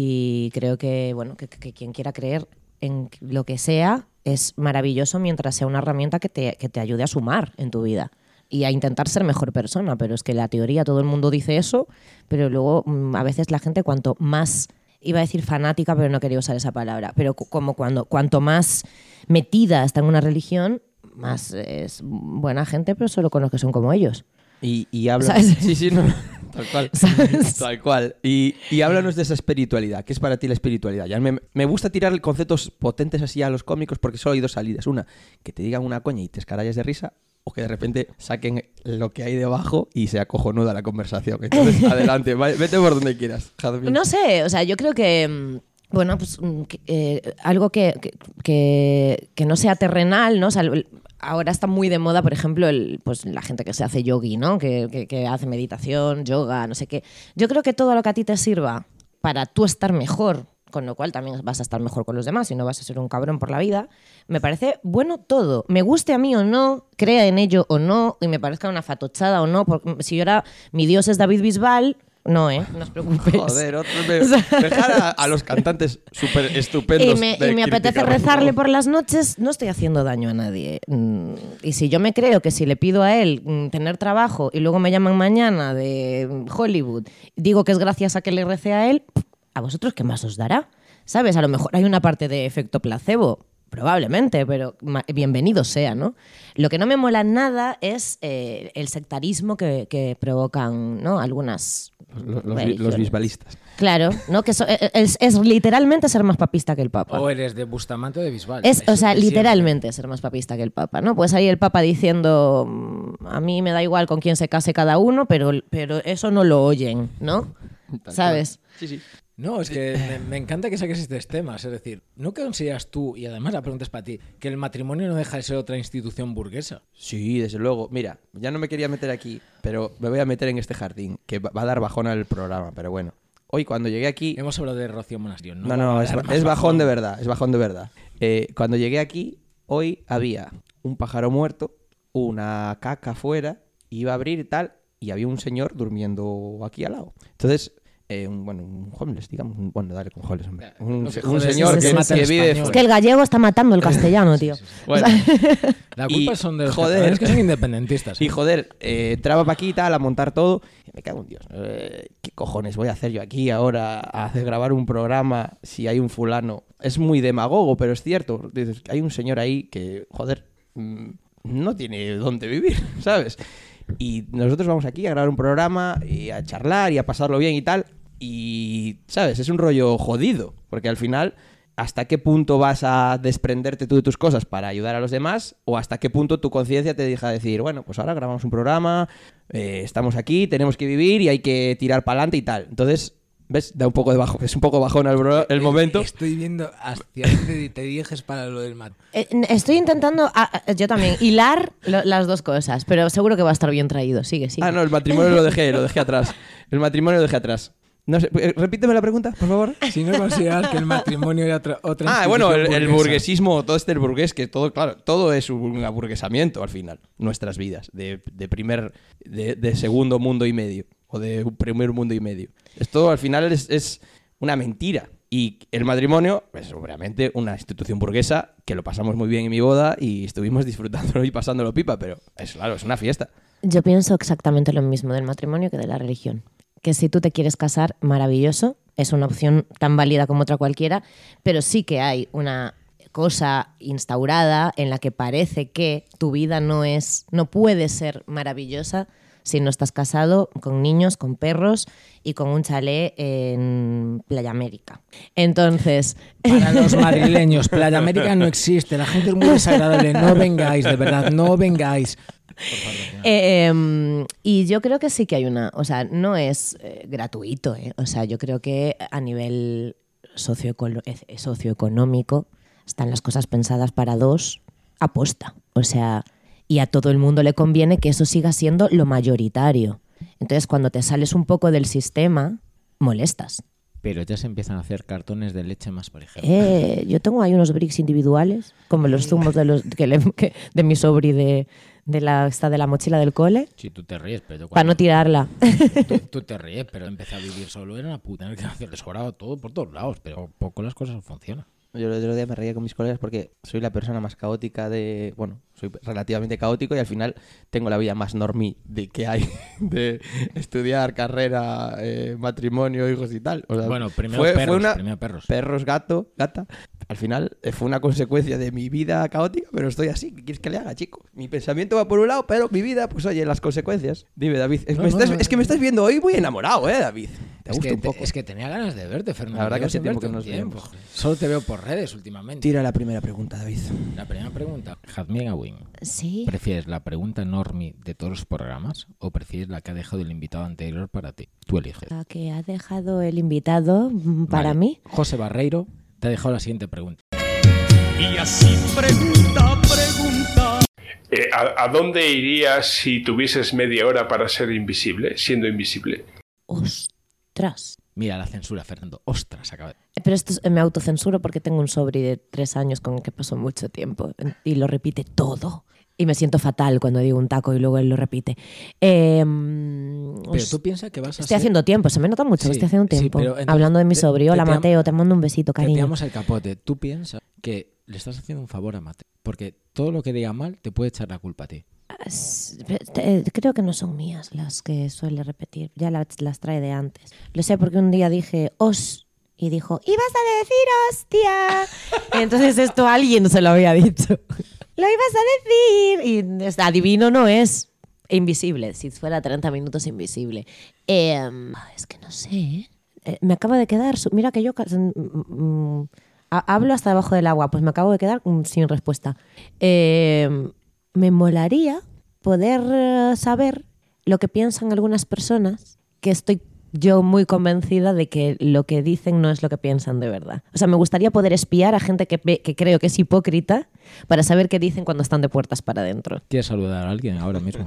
Y creo que, bueno, que, que quien quiera creer en lo que sea es maravilloso mientras sea una herramienta que te, que te ayude a sumar en tu vida y a intentar ser mejor persona. Pero es que la teoría todo el mundo dice eso, pero luego mm, a veces la gente cuanto más, iba a decir fanática, pero no quería usar esa palabra, pero cu- como cuando cuanto más metida está en una religión, más es buena gente, pero solo con los que son como ellos. Y, y habla... ¿Sabes? Sí, sí, no, tal cual. ¿Sabes? Tal cual. Y, y háblanos de esa espiritualidad. ¿Qué es para ti la espiritualidad? Ya me, me gusta tirar conceptos potentes así a los cómicos porque solo hay dos salidas. Una, que te digan una coña y te escarallas de risa, o que de repente saquen lo que hay debajo y sea cojonuda la conversación. Entonces, adelante, va- vete por donde quieras, Jazmín. No sé, o sea, yo creo que, mm, bueno, pues mm, que, eh, algo que, que, que, que no sea terrenal, ¿no? O sea, ahora está muy de moda, por ejemplo, el, pues la gente que se hace yogi, ¿no? Que, que, que hace meditación, yoga, no sé qué. Yo creo que todo lo que a ti te sirva para tú estar mejor, con lo cual también vas a estar mejor con los demás y no vas a ser un cabrón por la vida, me parece bueno todo. Me guste a mí o no, crea en ello o no, y me parezca una fatochada o no, porque si yo era, mi dios es David Bisbal, no, ¿eh? No os preocupéis. Joder, otro me, dejar a, a los cantantes súper estupendos. Y me, de y me apetece rezarle por las noches, no estoy haciendo daño a nadie. Y si yo me creo que si le pido a él tener trabajo y luego me llaman mañana de Hollywood, digo que es gracias a que le recé a él, ¿a vosotros qué más os dará? ¿Sabes? A lo mejor hay una parte de efecto placebo, probablemente, pero bienvenido sea, ¿no? Lo que no me mola nada es eh, el sectarismo que, que provocan, ¿no? Algunas los, los, los bisbalistas. Claro, ¿no? Que so, es, es literalmente ser más papista que el Papa. O eres de Bustamante o de Bisbal. Es, Eso o sea, de literalmente siempre. ser más papista que el Papa, ¿no? Pues ahí el Papa diciendo, a mí me da igual con quién se case cada uno, pero, pero eso no lo oyen, ¿no? ¿Sabes? Sí, sí. No, es que me, me encanta que saques estos temas. Es decir, ¿no consideras tú, y además la pregunta es para ti, que el matrimonio no deja de ser otra institución burguesa? Sí, desde luego. Mira, ya no me quería meter aquí, pero me voy a meter en este jardín, que va a dar bajón al programa, pero bueno. Hoy cuando llegué aquí... Hemos hablado de Rocío Monasterio. No, No, no, va a es, dar más es bajón de verdad, es bajón de verdad. Eh, cuando llegué aquí, hoy había un pájaro muerto, una caca afuera, iba a abrir y tal, y había un señor durmiendo aquí al lado. Entonces... Eh, un, bueno, un homeless, digamos. Un, bueno, dale con homeless, hombre. Un, No, que un joder, señor sí, que, sí, sí, que sí, vive... español. Es que el gallego está matando el castellano, tío. Sí, sí, sí. Bueno, La culpa y, son de los joder. catalanes que son independentistas. ¿eh? y joder, eh, entraba para aquí y tal, a montar todo. Y me cago en Dios. Eh, ¿Qué cojones voy a hacer yo aquí ahora a hacer grabar un programa si hay un fulano? Es muy demagogo, pero es cierto. Dices, hay un señor ahí que, joder, mmm, no tiene dónde vivir, ¿sabes? Y nosotros vamos aquí a grabar un programa y a charlar y a pasarlo bien y tal. Y, ¿sabes? Es un rollo jodido, porque al final, ¿hasta qué punto vas a desprenderte tú de tus cosas para ayudar a los demás? ¿O hasta qué punto tu conciencia te deja decir, bueno, pues ahora grabamos un programa, eh, estamos aquí, tenemos que vivir y hay que tirar para adelante y tal? Entonces, ¿ves? Da un poco de bajo, es un poco bajón el, bro- el momento. Estoy viendo hacia dónde te diriges para lo del mat. Eh, Estoy intentando, ah, yo también, hilar lo- las dos cosas, pero seguro que va a estar bien traído. Sigue, sigue. Ah, no, el matrimonio lo dejé, lo dejé atrás. El matrimonio lo dejé atrás. No sé, eh, repíteme la pregunta, por favor. Si no consideras que el matrimonio era otra, otra Ah, bueno, el, institución el burguesa. burguesismo, todo este burgués, que todo, claro, todo es un aburguesamiento al final, nuestras vidas, de, de primer, de, de segundo mundo y medio, o de un primer mundo y medio. Esto al final es, es una mentira. Y el matrimonio, pues obviamente una institución burguesa, que lo pasamos muy bien en mi boda y estuvimos disfrutándolo y pasándolo pipa, pero es claro, es una fiesta. Yo pienso exactamente lo mismo del matrimonio que de la religión. Que si tú te quieres casar, maravilloso, es una opción tan válida como otra cualquiera, pero sí que hay una cosa instaurada en la que parece que tu vida no es, no puede ser maravillosa si no estás casado con niños, con perros y con un chalet en Playa América. Entonces... Para los madrileños, Playa América no existe, la gente es muy desagradable, no vengáis, de verdad, no vengáis. Por favor, Eh, eh, y yo creo que sí que hay una, o sea, no es eh, gratuito, ¿eh? O sea, yo creo que a nivel socioeco- eh, socioeconómico están las cosas pensadas para dos aposta, o sea, y a todo el mundo le conviene que eso siga siendo lo mayoritario. Entonces, cuando te sales un poco del sistema, molestas. Pero ya se empiezan a hacer cartones de leche más, por ejemplo. Eh, yo tengo ahí unos bricks individuales, como los zumos de los que le- que- de mi sobri de, de la esta de la mochila del cole, Sí, tú te ríes, pero yo para cuando no tirarla. tú, tú te ríes, pero empecé a vivir solo era una puta. Que hacer, le sobraba todo por todos lados, pero poco las cosas funcionan. Yo el otro día me reía con mis colegas porque soy la persona más caótica de... Bueno, soy relativamente caótico y al final tengo la vida más normie de que hay de estudiar, carrera, eh, matrimonio, hijos y tal. O sea, Bueno, primero fue- fue perros, una- primero perros. Perros, gato, gata. Al final eh, fue una consecuencia de mi vida caótica, pero estoy así. ¿Qué quieres que le haga, chico? Mi pensamiento va por un lado, pero mi vida, pues oye, las consecuencias. Dime, David. Es, No, me no, estás- no, es que me no. estás viendo hoy muy enamorado, ¿eh, David? Te Es gusta que, un te- poco. es que tenía ganas de verte, Fernando. La verdad que Llevo hace sin tiempo verte que un nos tiempo. vemos. Solo te veo por redes últimamente. Tira la primera pregunta, David. La primera pregunta. Jazmín Awin, Sí. ¿prefieres la pregunta normie de todos los programas o prefieres la que ha dejado el invitado anterior para ti? Tú eliges. La que ha dejado el invitado mm, para Vale. mí. José Barreiro te ha dejado la siguiente pregunta. Y así pregunta, pregunta. Eh, ¿a, ¿A dónde irías si tuvieses media hora para ser invisible, siendo invisible? Ostras. Mira la censura, Fernando. Ostras, acaba de... Pero esto es, me autocensuro porque tengo un sobri de tres años con el que paso mucho tiempo y lo repite todo. Y me siento fatal cuando digo un taco y luego él lo repite. Eh, pero tú piensas que vas a Estoy ser... haciendo tiempo, se me nota mucho Sí, que estoy haciendo sí, tiempo. pero entonces hablando de mi te- sobri. Hola te- te- Mateo, te mando un besito, Te cariño. tiramos el capote. Tú piensas que le estás haciendo un favor a Mateo. Porque todo lo que diga mal te puede echar la culpa a ti. Es- te- Creo que no son mías las que suele repetir. Ya las, las trae de antes. Lo sé porque un día dije os y dijo, ibas a decir hostia. Entonces esto alguien se lo había dicho. Lo ibas a decir. Y es- adivino no es invisible. Si fuera treinta minutos invisible. Eh, es que no sé. ¿eh? Eh, me acaba de quedar... su- Mira que yo... ca- mm, mm, ha- hablo hasta debajo del agua. Pues me acabo de quedar mm, sin respuesta. Eh, me molaría poder eh, saber lo que piensan algunas personas, que estoy yo muy convencida de que lo que dicen no es lo que piensan de verdad. O sea, me gustaría poder espiar a gente que, ve- que creo que es hipócrita para saber qué dicen cuando están de puertas para adentro. ¿Quieres saludar a alguien ahora mismo?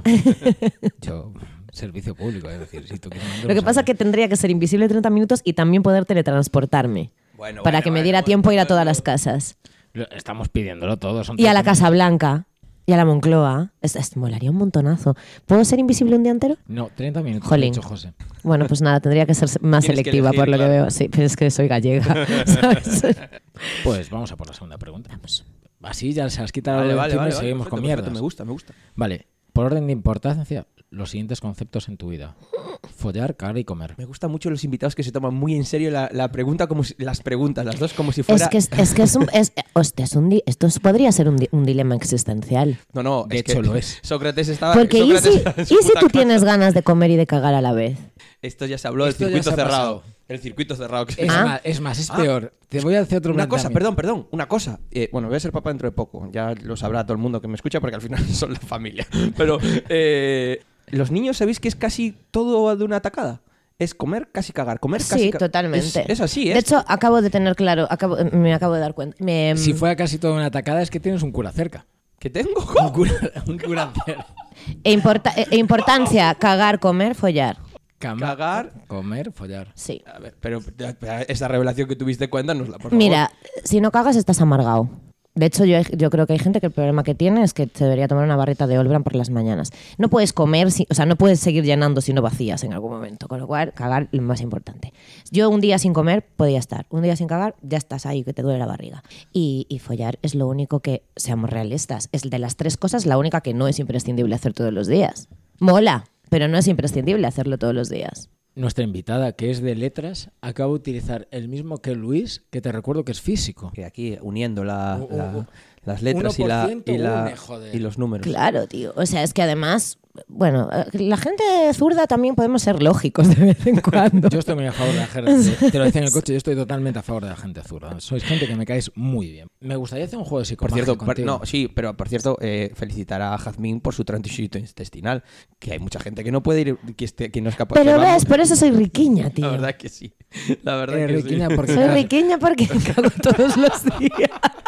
Yo, servicio público, es decir, si tú quieres mandar Lo un que pasa es saludo. que tendría que ser invisible treinta minutos y también poder teletransportarme Bueno, para bueno, que me bueno, diera bueno, tiempo a ir a bueno, todas bueno. las casas. Lo- Estamos pidiéndolo todo. Son Y a la treinta Casa Blanca. Y a la Moncloa. Es, es- molaría un montonazo. ¿Puedo ser invisible un día entero? minutos. No, treinta minutos, Jolín. ha dicho José. Bueno, pues nada, tendría que ser más Tienes que selectiva elegir, por lo claro. que veo. Sí, pero es que soy gallega, ¿sabes? Pues vamos a por la segunda pregunta. Así ya se has quitado Vale, el vale, encima vale, y vale, seguimos perfecto, con perfecto, mierdas. Me gusta, me gusta. Vale, por orden de importancia, los siguientes conceptos en tu vida. Follar, cagar y comer. Me gustan mucho los invitados que se toman muy en serio la, la pregunta, como si- las preguntas, las dos como si fuera... Es que es, es, que es un... Es, hostia, es un di- esto es- podría ser un, di- un dilema existencial. No, no, De es hecho, que lo es. Sócrates estaba... Porque ¿y Sócrates si, estaba en ¿y su si puta tú casa. tienes ganas de comer y de cagar a la vez? Esto ya se habló del Esto ya circuito se ha cerrado. pasado. El circuito cerrado. Que se Es, Ah. más, es más, es Ah. peor. Te voy a hacer otro Una cosa, planteamiento. perdón, perdón, una cosa. Eh, bueno, voy a ser papá dentro de poco. Ya lo sabrá todo el mundo que me escucha porque al final son la familia. Pero eh, los niños, ¿sabéis que es casi todo de una tacada? Es comer, casi cagar. Comer, casi Sí, ca- totalmente. Es, es así, ¿eh? De hecho, acabo de tener claro, acabo, me acabo de dar cuenta. Me- Si fuera casi toda una atacada es que tienes un cura cerca. ¿Qué tengo? Un cura, un cura cerca. e, importa- e- e importancia, cagar, comer, follar. Cama, Cagar. comer, follar. Sí. A ver, pero, pero esa revelación que tuviste, cuéntanosla, por favor. Mira, si no cagas estás amargado. De hecho, yo, yo creo que hay gente que el problema que tiene es que se debería tomar una barrita de Olbran por las mañanas. No puedes comer, si- o sea, no puedes seguir llenando si no vacías en algún momento. Con lo cual, cagar lo más importante. Yo un día sin comer podía estar. Un día sin cagar, ya estás ahí, que te duele la barriga. Y, y follar es lo único que, seamos realistas, es de las tres cosas la única que no es imprescindible hacer todos los días. Mola, pero no es imprescindible hacerlo todos los días. Nuestra invitada, que es de letras, acaba de utilizar el mismo que Luis, que te recuerdo que es físico. Que aquí uniendo la, Uh, uh, la- uh. las letras y, la, uno por ciento y, la- une, joder. y los números. Claro, tío. O sea, es que además, bueno, eh, la gente zurda también podemos ser lógicos de vez en cuando. Yo estoy muy a favor de la gente. Te lo decía en el coche, yo estoy totalmente a favor de la gente zurda. Sois gente que me caes muy bien. Me gustaría hacer un juego de Por psicomagia cierto, per- contigo. no, sí, pero por cierto, eh, felicitar a Jazmín por su tránsito intestinal. Que hay mucha gente que no puede ir, que, esté, que no es capaz Pero que vamos. ves, por eso soy riquiña, tío. La verdad que sí. La verdad Eres que riquiña sí. porque Soy cagas. riquiña porque cago todos los días.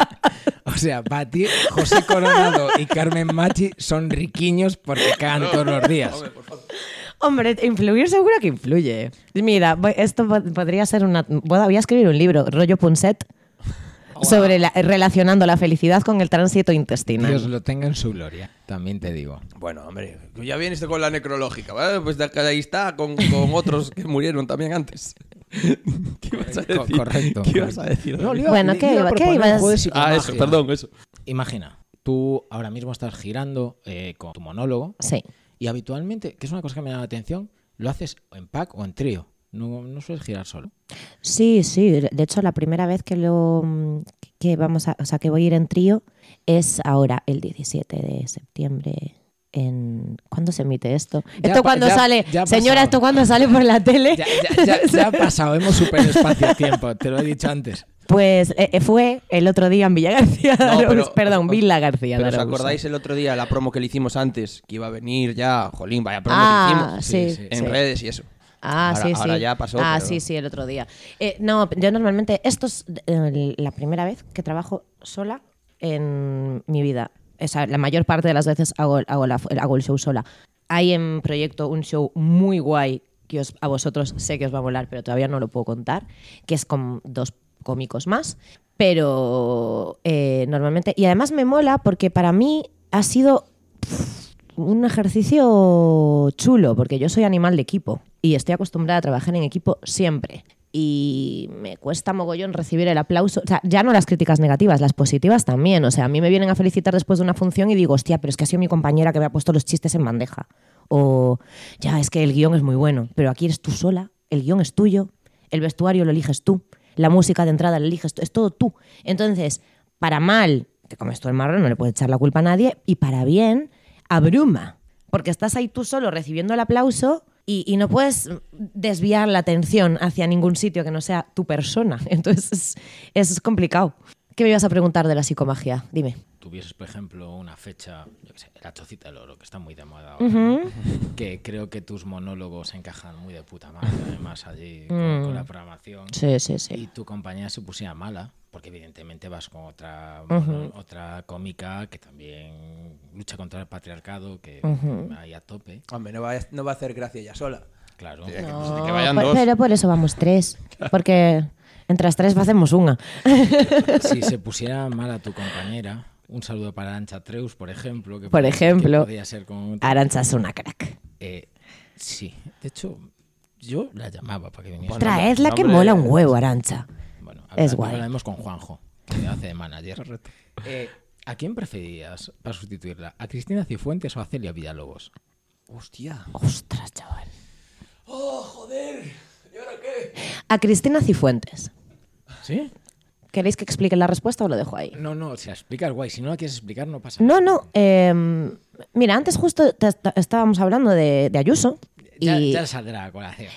O sea, para ti, José Coronado y Carmen Machi son riquiños porque cagan todos los días. Hombre, influir seguro que influye. Mira, voy- esto po- podría ser una... Voy a escribir un libro, rollo Punset, sobre la- relacionando la felicidad con el tránsito intestinal. Dios lo tenga en su gloria, también te digo. Bueno, hombre, ya vienes con la necrológica, ¿vale? Pues de- ahí está, con, con otros que murieron también antes. ¿Qué ibas a Co- decir? correcto. ¿Qué ibas a decir? No, le iba- Bueno, le ¿qué iba a iba- qué proponer un ibas? juego de ah, psicomagia. eso, perdón, eso. Imagina, tú ahora mismo estás girando eh, con tu monólogo Sí. y habitualmente, que es una cosa que me llama la atención, lo haces en pack o en trío. No, no sueles girar solo. Sí, sí. De hecho, la primera vez que lo que vamos a, o sea, que voy a ir en trío es ahora, el diecisiete de septiembre. En, ¿Cuándo se emite esto? Ya esto pa- cuando ya- sale, ya ha señora, pasado. esto cuando sale por la tele. Ya, ya, ya, ya ha pasado, hemos superado espacio-tiempo, te lo he dicho antes. Pues eh, fue el otro día en Villa García de No, Arauz. pero- Perdón, Villa García de Pero ¿os Arauz. acordáis el otro día la promo que le hicimos antes? Que iba a venir ya, jolín, vaya promo Ah, que hicimos. sí, Sí, sí. En sí. redes y eso. Ah, Ahora- sí, sí. ahora ya pasó, Ah, pero- sí, sí, el otro día. Eh, no, yo normalmente, esto es eh, la primera vez que trabajo sola en mi vida. o sea, la mayor parte de las veces hago, hago, la, hago el show sola. Hay en proyecto un show muy guay que os, a vosotros sé que os va a molar, pero todavía no lo puedo contar, que es con dos cómicos más, pero eh, normalmente... Y además me mola porque para mí ha sido pff, un ejercicio chulo, porque yo soy animal de equipo y estoy acostumbrada a trabajar en equipo siempre. Y me cuesta mogollón recibir el aplauso. O sea, ya no las críticas negativas, las positivas también. O sea, a mí me vienen a felicitar después de una función y digo, hostia, pero es que ha sido mi compañera que me ha puesto los chistes en bandeja. O, ya, es que el guión es muy bueno, pero aquí eres tú sola, el guión es tuyo, el vestuario lo eliges tú, la música de entrada la eliges tú, es todo tú. Entonces, para mal, te comes tú el marrón, no le puedes echar la culpa a nadie, y para bien, abruma, porque estás ahí tú solo recibiendo el aplauso y, y no puedes desviar la atención hacia ningún sitio que no sea tu persona. Entonces, es, es complicado. ¿Qué me ibas a preguntar de la psicomagia? Dime. Tuvieses, por ejemplo, una fecha, yo qué sé, la Chocita del Oro, que está muy de moda ahora, Uh-huh. ¿no? Que creo que tus monólogos encajan muy de puta madre, además, allí con, Mm. con la programación. Sí, sí, sí. Y tu compañía se pusiera mala, porque evidentemente vas con otra, Uh-huh. mono- otra cómica que también lucha contra el patriarcado, que Uh-huh. ahí a tope, Hombre, no va, a, no va a hacer gracia ella sola. claro. Sí, que- No, que vayan por- dos. pero por eso vamos tres, porque entre las tres hacemos una. Si se pusiera mala tu compañera, un saludo para Arancha Treus, por ejemplo. Que Por pod- ejemplo, que podría ser con... Arantxa es una crack. Eh, sí, de hecho, yo la llamaba para que viniese. Bueno, Traedla que hombre. mola un huevo, Arantxa. Bueno, es habla- guay. hablaremos con Juanjo, que hace de manager. Eh, ¿A quién preferirías para sustituirla? ¿A Cristina Cifuentes o a Celia Villalobos? Hostia. Ostras, chaval. ¡Oh, joder! ¿Y ahora qué? A Cristina Cifuentes. ¿Sí? ¿Queréis que explique la respuesta o lo dejo ahí? No, no, si la explicas guay. Si no la quieres explicar, no pasa No, nada. no. eh, mira, antes justo te est- estábamos hablando de, de Ayuso. Ya, y, ya saldrá a colación.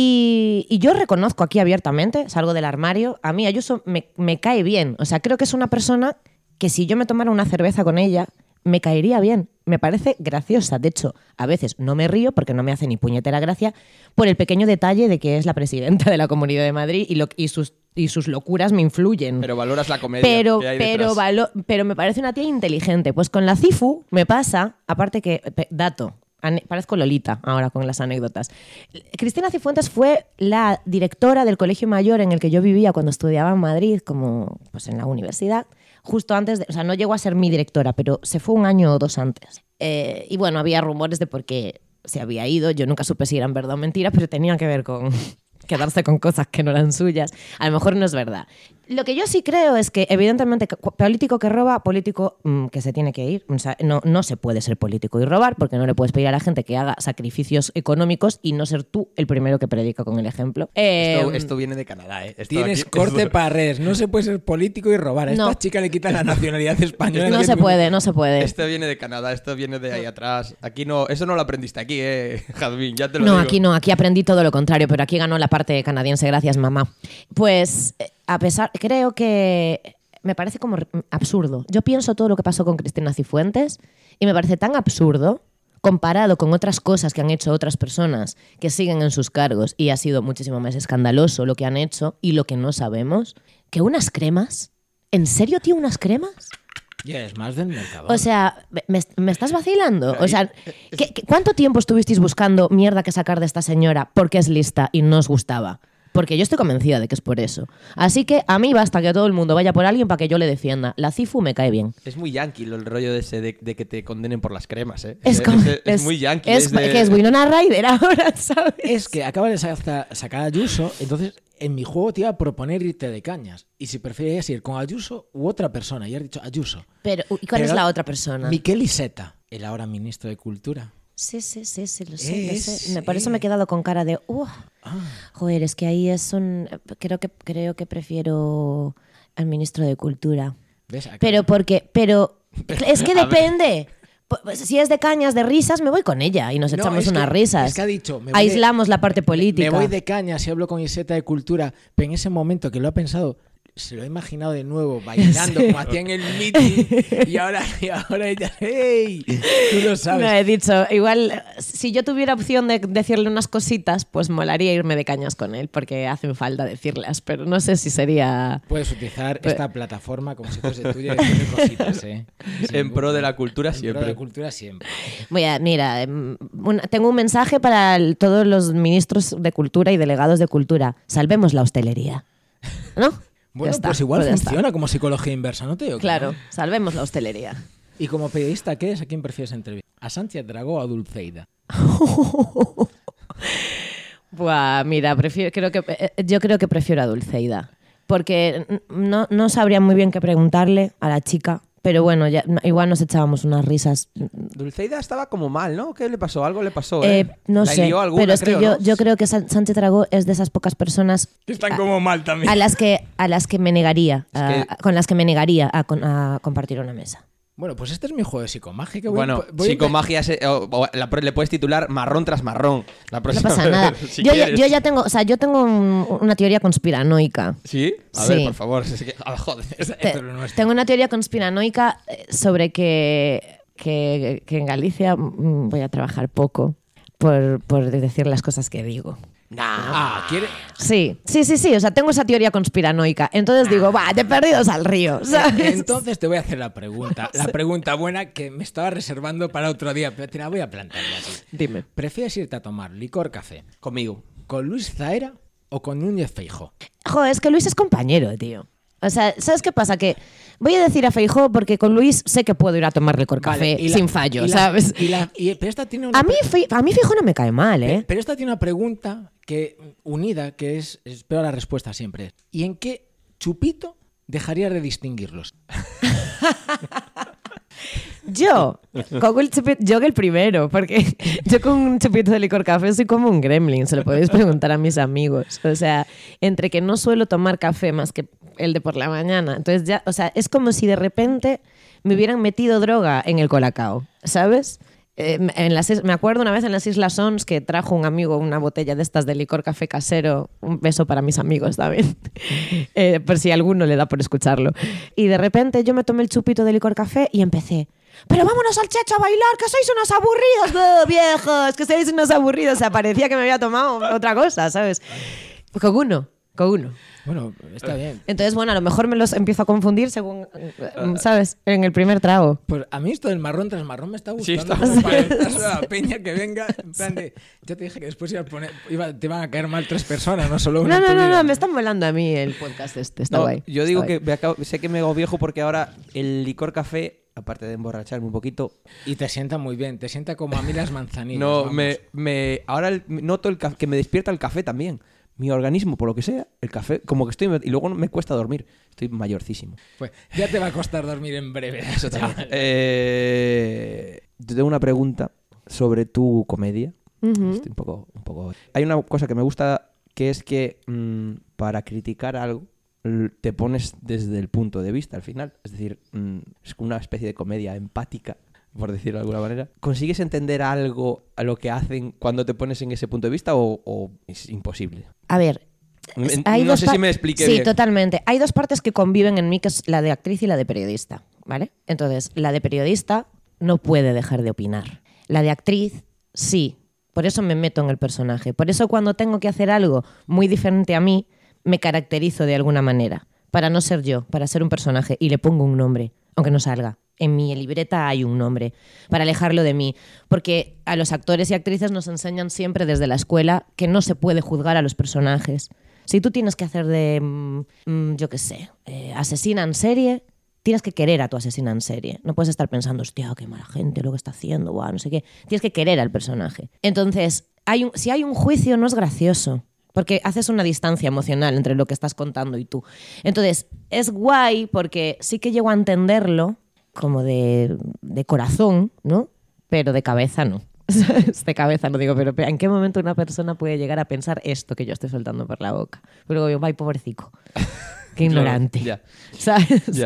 y, y yo reconozco aquí abiertamente, salgo del armario, a mí Ayuso me, me cae bien. O sea, creo que es una persona que si yo me tomara una cerveza con ella, me caería bien. Me parece graciosa. De hecho, a veces no me río porque no me hace ni puñetera gracia por el pequeño detalle de que es la presidenta de la Comunidad de Madrid y, lo, y, sus, y sus locuras me influyen. Pero valoras la comedia Pero, que hay pero, detrás. valo- pero me parece una tía inteligente. Pues con la Cifu me pasa, aparte que, pe- dato, ane- parezco Lolita ahora con las anécdotas. Cristina Cifuentes fue la directora del colegio mayor en el que yo vivía cuando estudiaba en Madrid, como pues en la universidad, justo antes de, o sea, no llegó a ser mi directora, pero se fue un año o dos antes. Eh, y bueno, había rumores de por qué se había ido. Yo nunca supe si eran verdad o mentira, pero tenía que ver con quedarse con cosas que no eran suyas. A lo mejor no es verdad. Lo que yo sí creo es que, evidentemente, cu- político que roba, político mm, que se tiene que ir. O sea, no, no se puede ser político y robar porque no le puedes pedir a la gente que haga sacrificios económicos y no ser tú el primero que predica con el ejemplo. Esto, Eh, esto viene de Canadá, ¿eh? Esto Tienes aquí- corte esto- para redes. No se puede ser político y robar. A No. esta chica le quitan la nacionalidad española. no Que se tú- puede, no se puede. Esto viene de Canadá, esto viene de ahí atrás. Aquí no, eso no lo aprendiste aquí, eh, Jadwin, ya te lo No, digo. aquí no, aquí aprendí todo lo contrario, pero aquí ganó la parte canadiense, gracias mamá. Pues eh, a pesar, creo que me parece como r- absurdo. Yo pienso todo lo que pasó con Cristina Cifuentes y me parece tan absurdo comparado con otras cosas que han hecho otras personas que siguen en sus cargos y ha sido muchísimo más escandaloso lo que han hecho y lo que no sabemos, que unas cremas. ¿En serio, tío, unas cremas? Ya es más del mercado. O sea, ¿me, me estás vacilando? O sea, ¿qué- qué- ¿cuánto tiempo estuvisteis buscando mierda que sacar de esta señora porque es lista y no os gustaba? Porque yo estoy convencida de que es por eso. Así que a mí basta que todo el mundo vaya por alguien para que yo le defienda. La Cifu me cae bien. Es muy yankee lo- el rollo de ese de, de que te condenen por las cremas, ¿eh? Es, Ese- como- ese- es muy yankee. Es, es de- que es Winona Ryder ahora, ¿sabes? Es que acaba de sa- sacar a Ayuso, entonces en mi juego te iba a proponer irte de cañas. Y si preferías ir con Ayuso u otra persona, y has dicho Ayuso. Pero, ¿y cuál Pero es la otra persona? Miquel Iceta, el ahora ministro de Cultura. Sí, sí, sí, sí, lo sé, lo Es, sé. Me- Por eh. eso me he quedado con cara de, uh, Ah, joder, es que ahí es un... Creo que, creo que prefiero al ministro de Cultura. ¿ves? Acá- Pero porque, pero es que depende. Po- Si es de cañas, de risas, me voy con ella y nos No, echamos es que- unas risas. es que ha dicho, me voy de- aislamos la parte política. Me voy de cañas y hablo con Iceta de Cultura, pero en ese momento que lo ha pensado, se lo ha imaginado de nuevo bailando Sí. como hacían en el meeting y ahora, y ahora ella, ¡hey! Tú lo sabes. No, he dicho, igual, si yo tuviera opción de decirle unas cositas, pues molaría irme de cañas con él, porque hacen falta decirlas, pero no sé si sería... Puedes utilizar Pues- esta plataforma como si fuese tuya y decirle cositas, ¿eh? En pro de la cultura En pro siempre. de la cultura siempre. Voy a, mira, em, una- tengo un mensaje para el- todos los ministros de cultura y delegados de cultura. Salvemos la hostelería. ¿No? Bueno, Ya está, pues igual ya está. funciona como psicología inversa, ¿no te digo que Claro, no? salvemos la hostelería. Y como periodista, ¿qué es? ¿A quién prefieres entrevistar? ¿A Sánchez Dragó o a Dulceida? Buah, mira, prefiero, creo que, eh, yo creo que prefiero a Dulceida. Porque n- no, no sabría muy bien qué preguntarle a la chica. Pero bueno, ya, igual nos echábamos unas risas. Dulceida estaba como mal, ¿no? ¿Qué le pasó? Algo le pasó, ¿eh? Eh, no La sé, lió alguna, pero es que creo, yo, ¿no? yo creo que San- Sánchez Dragó es de esas pocas personas Están como mal también. a las que, a las que me negaría, Es a- que- a- con las que me negaría a, con- a compartir una mesa. Bueno, pues este es mi juego de psicomágica. Voy Bueno, a- voy a- psicomagia se- o- o la- le puedes titular marrón tras marrón. La No próxima pasa nada. vez, si yo, ya, quieres. yo ya tengo, o sea, yo tengo un- una teoría conspiranoica. ¿Sí? A Sí. ver, por favor. es que- ah, joder. Esto Te- es lo nuestro. tengo una teoría conspiranoica eh, sobre que, que, que en Galicia mm, voy a trabajar poco por, por decir las cosas que digo. Ah, ¿quiere? Sí, sí, sí, sí. O sea, tengo esa teoría conspiranoica. Entonces digo, va, de perdidos al río. ¿sabes? Entonces te voy a hacer la pregunta. La pregunta buena que me estaba reservando para otro día, pero te la voy a plantear ya así. Dime. ¿Prefieres irte a tomar licor café Conmigo. con Luis Zaera o con Núñez Feijóo? Joder, es que Luis es compañero, tío. O sea, ¿sabes qué pasa? Que voy a decir a Feijóo porque con Luis sé que puedo ir a tomar licor café Vale, y la- sin fallo, y la- ¿sabes? y la- y- pero esta tiene una A mí, Fe- a mí Feijóo no me cae mal, Pe- ¿eh? Pero esta tiene una pregunta que unida, que es, espero la respuesta siempre. ¿Y en qué chupito dejarías de distinguirlos? Yo, con el chupito, yo que el primero, porque yo con un chupito de licor café soy como un gremlin, se lo podéis preguntar a mis amigos. O sea, entre que no suelo tomar café más que el de por la mañana, entonces ya, o sea, es como si de repente me hubieran metido droga en el colacao, ¿sabes? Eh, en las, is- me acuerdo una vez en las Islas Ons que trajo un amigo una botella de estas de licor café casero. Un beso para mis amigos también, eh, por si a alguno le da por escucharlo. Y de repente yo me tomé el chupito de licor café y empecé. Pero vámonos al Checho a bailar, que sois unos aburridos, ¡oh, viejos, que sois unos aburridos. O sea, parecía que me había tomado otra cosa, ¿sabes? Con uno, con uno. Bueno, está bien. Entonces, bueno, a lo mejor me los empiezo a confundir según, ¿sabes? En el primer trago. Pues a mí esto del marrón tras marrón me está Sí, gustando. está- como para echárselo a la peña que venga. En plan de, yo te dije que después iba a poner, iba- te iban a caer mal tres personas, no solo una. No, no, en tu no, vida. no, me está molando a mí el podcast este, está No, guay. yo está digo guay. que me acabo- sé que me hago viejo porque ahora el licor café, aparte de emborracharme un poquito, Y te sienta muy bien, te sienta como a mí las manzanitas. no vamos. me, me ahora el- noto el ca- que me despierta el café también. Mi organismo, por lo que sea, el café, como que estoy y luego me cuesta dormir. Estoy mayorcísimo. Pues ya te va a costar dormir en breve. Eso también. Eh, te tengo una pregunta sobre tu comedia. Ujú. Estoy un poco, un poco. Hay una cosa que me gusta que es que mm, para criticar algo l- te pones desde el punto de vista al final. Es decir, mm, es una especie de comedia empática, por decirlo de alguna manera. ¿Consigues entender algo a lo que hacen cuando te pones en ese punto de vista o, o es imposible? A ver. Me- es- hay no dos sé si par- me expliqué Sí, bien. totalmente. Hay dos partes que conviven en mí, que es la de actriz y la de periodista, ¿vale? Entonces, la de periodista no puede dejar de opinar. La de actriz, sí. Por eso me meto en el personaje. Por eso cuando tengo que hacer algo muy diferente a mí, me caracterizo de alguna manera. Para no ser yo, para ser un personaje. Y le pongo un nombre, aunque no salga. En mi libreta hay un nombre, para alejarlo de mí. Porque a los actores y actrices nos enseñan siempre desde la escuela que no se puede juzgar a los personajes. Si tú tienes que hacer de, mm, mm, yo qué sé, eh, asesina en serie, tienes que querer a tu asesina en serie. No puedes estar pensando, hostia, qué mala gente lo que está haciendo, guau, no sé qué. Tienes que querer al personaje. Entonces, hay un, si hay un juicio, no es gracioso. Porque haces una distancia emocional entre lo que estás contando y tú. Entonces, es guay porque sí que llego a entenderlo como de, de corazón, ¿no? Pero de cabeza no. De cabeza no digo, pero ¿en qué momento una persona puede llegar a pensar esto que yo estoy soltando por la boca? Pero luego yo, ay, pobrecico. Qué ignorante. Claro, ¿Sabes? ya, ya.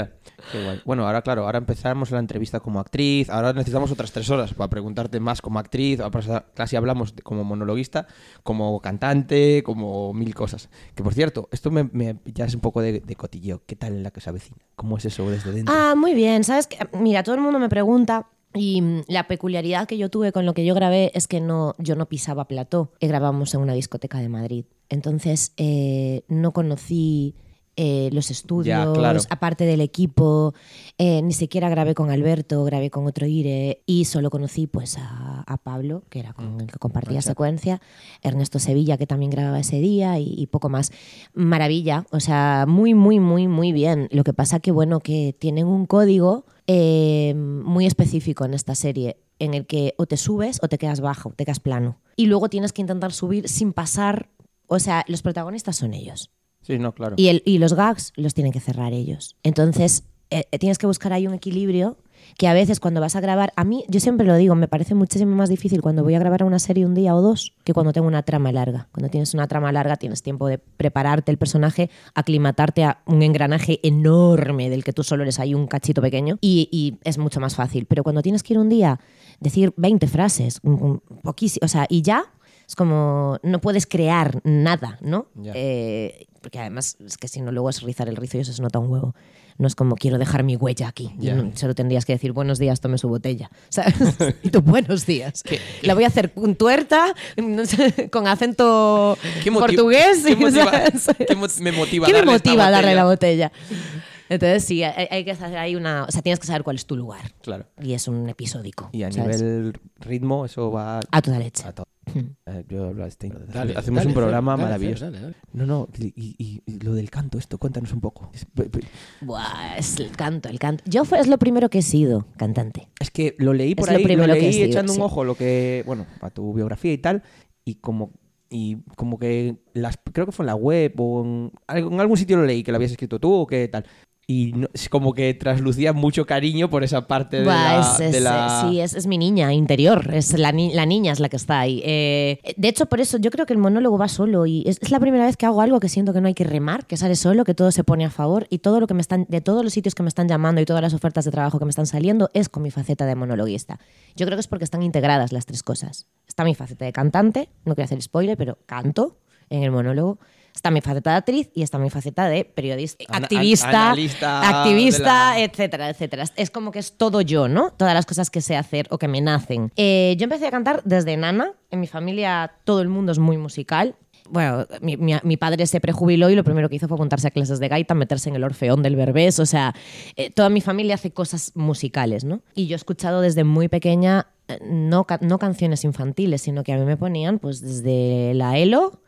Qué guay. Bueno, ahora claro, ahora empezamos la entrevista como actriz, ahora necesitamos otras tres horas para preguntarte más como actriz, ahora casi hablamos de, como monologuista, como cantante, como mil cosas. Que por cierto, esto me, me ya es un poco de, de cotilleo. ¿Qué tal en la que se avecina? ¿Cómo es eso desde dentro? Ah, muy bien. ¿Sabes qué? Mira, todo el mundo me pregunta y la peculiaridad que yo tuve con lo que yo grabé es que no, yo no pisaba plató. Grabamos en una discoteca de Madrid. Entonces eh, no conocí... Eh, los estudios, ya, claro. aparte del equipo, eh, ni siquiera grabé con Alberto, grabé con otro Ire y solo conocí pues a, a Pablo, que era con el que compartía Exacto. secuencia, Ernesto Sevilla, que también grababa ese día y, y poco más. Maravilla, o sea, muy, muy, muy, muy bien. Lo que pasa que, bueno, que tienen un código eh, muy específico en esta serie, en el que o te subes o te quedas bajo, te quedas plano. Y luego tienes que intentar subir sin pasar, o sea, los protagonistas son ellos. Sí, no, claro. Y, el, y los gags los tienen que cerrar ellos. Entonces, eh, tienes que buscar ahí un equilibrio que a veces cuando vas a grabar... A mí, yo siempre lo digo, me parece muchísimo más difícil cuando voy a grabar una serie un día o dos que cuando tengo una trama larga. Cuando tienes una trama larga tienes tiempo de prepararte el personaje, aclimatarte a un engranaje enorme del que tú solo eres ahí un cachito pequeño y, y es mucho más fácil. Pero cuando tienes que ir un día, decir veinte frases, un, un poquísimo, o sea, y ya... Es como, no puedes crear nada, ¿no? Yeah. Eh, porque además, es que si no, luego es rizar el rizo y eso se nota un huevo. No es como, quiero dejar mi huella aquí. Yeah. No, solo tendrías que decir, buenos días, tome su botella. ¿Sabes? Y tú, buenos días. ¿Qué, qué? La voy a hacer con tuerta, no sé, con acento portugués. ¿Qué, motiva, ¿sabes? ¿qué mo me motiva ¿Qué darle me motiva esta darle botella? la botella? Entonces sí, hay, hay que hacer ahí una... O sea, tienes que saber cuál es tu lugar. Claro. Y es un episódico. Y a ¿sabes? nivel ritmo, eso va... A toda leche. A to Hmm. eh, yo hablo de este- Dale, Hacemos dale, un programa dale, maravilloso. dale, dale. No, no, y, y, y lo del canto, esto, cuéntanos un poco. Es, pe- pe- Buah, es el canto, el canto. Yo fue, es lo primero que he sido, cantante. es que lo leí por Es lo ahí, lo, primero que leí he sido, echando sí. un ojo, lo que, bueno, a tu biografía y tal, y como y como que las creo que fue en la web o en, algo- en algún sitio lo leí que lo habías escrito tú o qué tal. Y no- es como que traslucía mucho cariño por esa parte de, Buah, la, es, es, de la... Sí, es, es mi niña interior. Es la, ni la niña es la que está ahí. Eh, de hecho, por eso yo creo que el monólogo va solo. Y es, es la primera vez que hago algo que siento que no hay que remar, que sale solo, que todo se pone a favor. Y todo lo que me están, de todos los sitios que me están llamando y todas las ofertas de trabajo que me están saliendo es con mi faceta de monologuista. Yo creo que es porque están integradas las tres cosas. Está mi faceta de cantante, no quiero hacer spoiler, pero canto en el monólogo. Está mi faceta de actriz y está mi faceta de periodista, Ana- activista, analista activista, de la- etcétera, etcétera. Es como que es todo yo, ¿no? Todas las cosas que sé hacer o que me nacen. Eh, yo empecé a cantar desde nana. En mi familia todo el mundo es muy musical. Bueno, mi, mi, mi padre se prejubiló y lo primero que hizo fue apuntarse a clases de gaita, meterse en el Orfeón del Berbés. O sea, eh, toda mi familia hace cosas musicales, ¿no? Y yo he escuchado desde muy pequeña no, no canciones infantiles, sino que a mí me ponían pues desde la Elo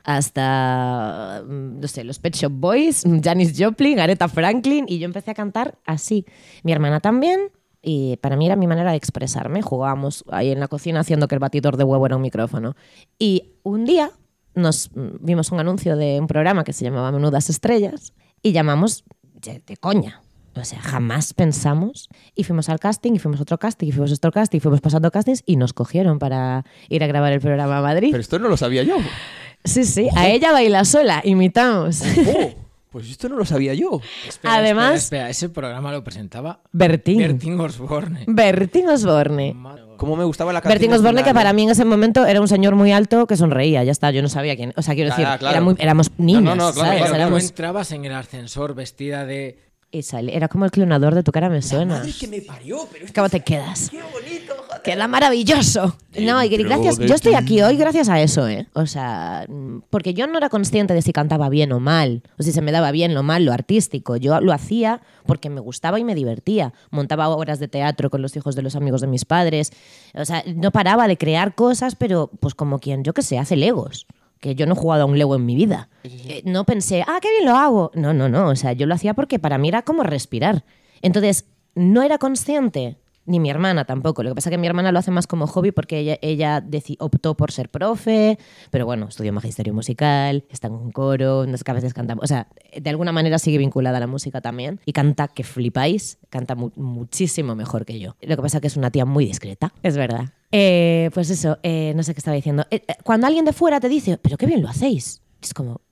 hasta, no sé, los Pet Shop Boys, Janis Joplin, Aretha Franklin, y yo empecé a cantar así. Mi hermana también, y para mí era mi manera de expresarme. Jugábamos ahí en la cocina haciendo que el batidor de huevo era un micrófono. Y un día nos vimos un anuncio de un programa que se llamaba Menudas Estrellas y llamamos de, de coña. O sea, jamás pensamos. Y fuimos al casting, y fuimos a otro casting, y fuimos a otro casting, y fuimos pasando castings, y nos cogieron para ir a grabar el programa a Madrid. Pero esto no lo sabía yo. Sí, sí. Ojo. A ella baila sola, imitamos. Oh, pues esto no lo sabía yo. Espera, Además, espera, espera, ese programa lo presentaba Bertín. Bertín Osborne. Bertín Osborne. Cómo me gustaba la canción. Bertín Osborne, final, que para ¿eh? mí en ese momento era un señor muy alto que sonreía, ya está, yo no sabía quién. O sea, quiero decir, Ah, claro. era muy, éramos niños, No, no, no, claro, ¿sabes? claro, Pero Éramos- tú entrabas en el ascensor vestida de... Y sale- era como el clonador de Tu cara me suena. Madre que me parió, pero esto ¿Cómo te quedas? qué bonito, joder. ¡Qué maravilloso! No, y que gracias, yo estoy aquí hoy gracias a eso, ¿eh? O sea, mm, porque yo no era consciente de si cantaba bien o mal, o si se me daba bien lo mal, lo artístico. Yo lo hacía porque me gustaba y me divertía. Montaba obras de teatro con los hijos de los amigos de mis padres. O sea, no paraba de crear cosas, pero pues como quien, yo qué sé, hace legos. Que yo no he jugado a un Lego en mi vida. Eh, no pensé, ah, qué bien lo hago. No, no, no. O sea, yo lo hacía porque para mí era como respirar. Entonces, no era consciente, ni mi hermana tampoco. Lo que pasa es que mi hermana lo hace más como hobby porque ella, ella deci- optó por ser profe, pero bueno, estudió magisterio musical, está en un coro, no sé, que a veces cantamos. O sea, de alguna manera sigue vinculada a la música también. Y canta que flipáis, canta mu muchísimo mejor que yo. Lo que pasa es que es una tía muy discreta, es verdad. Eh, pues eso, eh, no sé qué estaba diciendo. Eh, eh, cuando alguien de fuera te dice, pero qué bien lo hacéis, es como,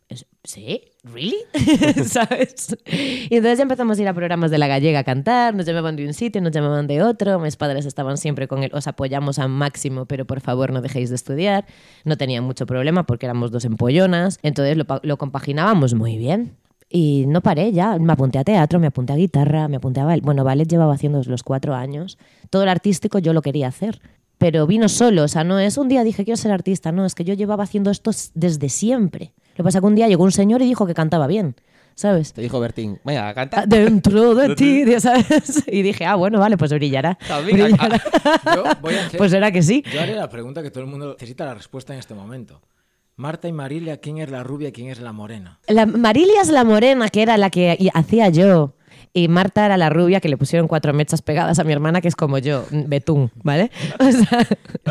¿Sí? ¿Really? ¿Sabes? Y entonces ya empezamos a ir a programas de La Gallega a cantar, nos llamaban de un sitio, nos llamaban de otro, mis padres estaban siempre con él, os apoyamos al máximo, pero por favor no dejéis de estudiar. No tenían mucho problema porque éramos dos empollonas, entonces lo, lo compaginábamos muy bien. Y no paré ya, me apunté a teatro, me apunté a guitarra, me apunté a ballet. Bueno, ballet llevaba haciendo desde los cuatro años. Todo el artístico yo lo quería hacer. Pero vino solo, o sea, no es un día dije quiero ser artista, no, es que yo llevaba haciendo esto desde siempre. Lo que pasa es que un día llegó un señor y dijo que cantaba bien, ¿sabes? Te dijo Bertín, vaya, canta. Dentro de ti, ¿sabes? Y dije, ah, bueno, vale, pues brillará. brillará. Yo voy a hacer, pues era que sí. Yo haré la pregunta que todo el mundo necesita la respuesta en este momento. Marta y Marilia, ¿quién es la rubia y quién es la morena? La, Marilia es la morena, que era la que hacía yo. Y Marta era la rubia que le pusieron cuatro mechas pegadas a mi hermana, que es como yo, betún, ¿vale? O sea,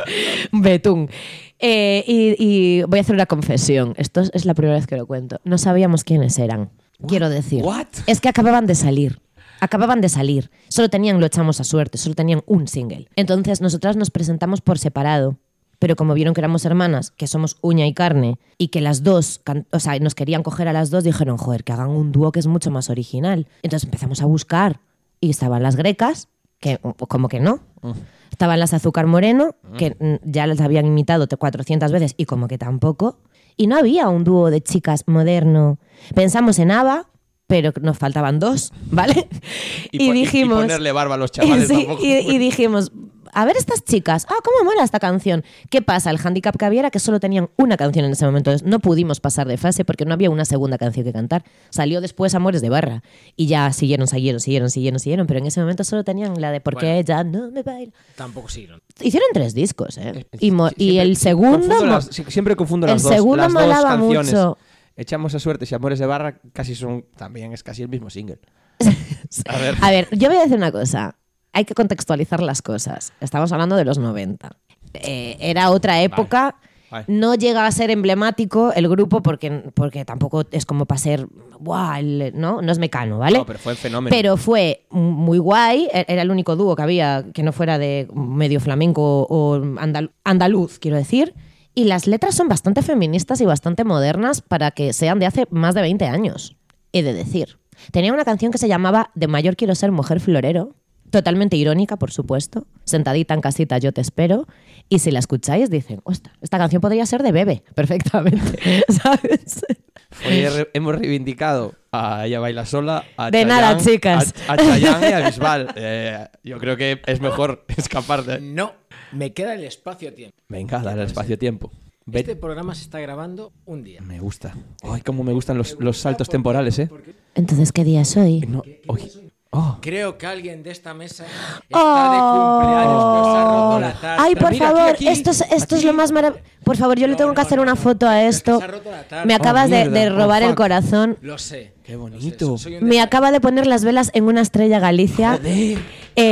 betún. Eh, y, y voy a hacer una confesión. Esto es la primera vez que lo cuento. No sabíamos quiénes eran, What? quiero decir. What? Es que acababan de salir. Acababan de salir. Solo tenían Lo echamos a suerte, solo tenían un single. Entonces nosotras nos presentamos por separado. Pero como vieron que éramos hermanas, que somos uña y carne, y que las dos, o sea, nos querían coger a las dos, dijeron, joder, que hagan un dúo que es mucho más original. Entonces empezamos a buscar, y estaban las Grecas, que como que no. Uh. Estaban las Azúcar Moreno, uh. que ya las habían imitado cuatrocientas veces, y como que tampoco. Y no había un dúo de chicas moderno. Pensamos en ABBA, pero nos faltaban dos, ¿vale? Y, y dijimos... Y ponerle barba a los chavales sí, tampoco. Y, y dijimos... A ver estas chicas, ah, cómo mola esta canción. ¿Qué pasa? El hándicap que había era que solo tenían una canción en ese momento. Entonces no pudimos pasar de fase porque no había una segunda canción que cantar. Salió después Amores de Barra. Y ya siguieron, siguieron, siguieron, siguieron, siguieron. Pero en ese momento solo tenían la de Porque bueno, ella no me baila. Tampoco siguieron. Hicieron tres discos, ¿eh? Y, mo- y el segundo... Las, siempre confundo las, el dos, segundo las dos molaba canciones. Mucho. Echamos a suerte y Amores de Barra casi son... También es casi el mismo single. A ver. A ver, yo voy a decir una cosa. Hay que contextualizar las cosas. Estamos hablando de los noventa. Eh, era otra época. Vale, vale. No llega a ser emblemático el grupo porque, porque tampoco es como para ser... ¡Buah! El, ¿no? No es Mecano, ¿vale? No, pero fue el fenómeno. Pero fue muy guay. Era el único dúo que había que no fuera de medio flamenco o andal- andaluz, quiero decir. Y las letras son bastante feministas y bastante modernas para que sean de hace más de veinte años. He de decir. Tenía una canción que se llamaba De mayor quiero ser mujer florero. Totalmente irónica, por supuesto. Sentadita en casita, yo te espero. Y si la escucháis, dicen, ostras, esta canción podría ser de Bebe, perfectamente. ¿Sabes? Hoy hemos reivindicado a Ella Baila Sola, a de Chayanne, nada, chicas. A, a Chayanne y a Bisbal. Eh, yo creo que es mejor escapar de... No, me queda el espacio-tiempo. Venga, dale el espacio-tiempo. Este programa se está grabando un día. Me gusta. Ay, cómo me gustan los, los saltos temporales, ¿eh? Entonces, ¿qué día es hoy? No, ¿Qué, qué hoy. día es hoy? Oh. Creo que alguien de esta mesa está oh. de cumpleaños, pues se ha roto la tarta. Ay, por Mira, favor, aquí, aquí, esto, es, esto aquí. es lo más maravilloso. Por favor, yo no, le tengo no, que hacer no, una no, foto a esto. Es que se ha roto la tarta. Me acabas oh, de, mierda. de robar oh, el fuck. corazón. Lo sé. Qué bonito. Lo sé, soy un Me acaba de poner las velas en una estrella Galicia. Joder.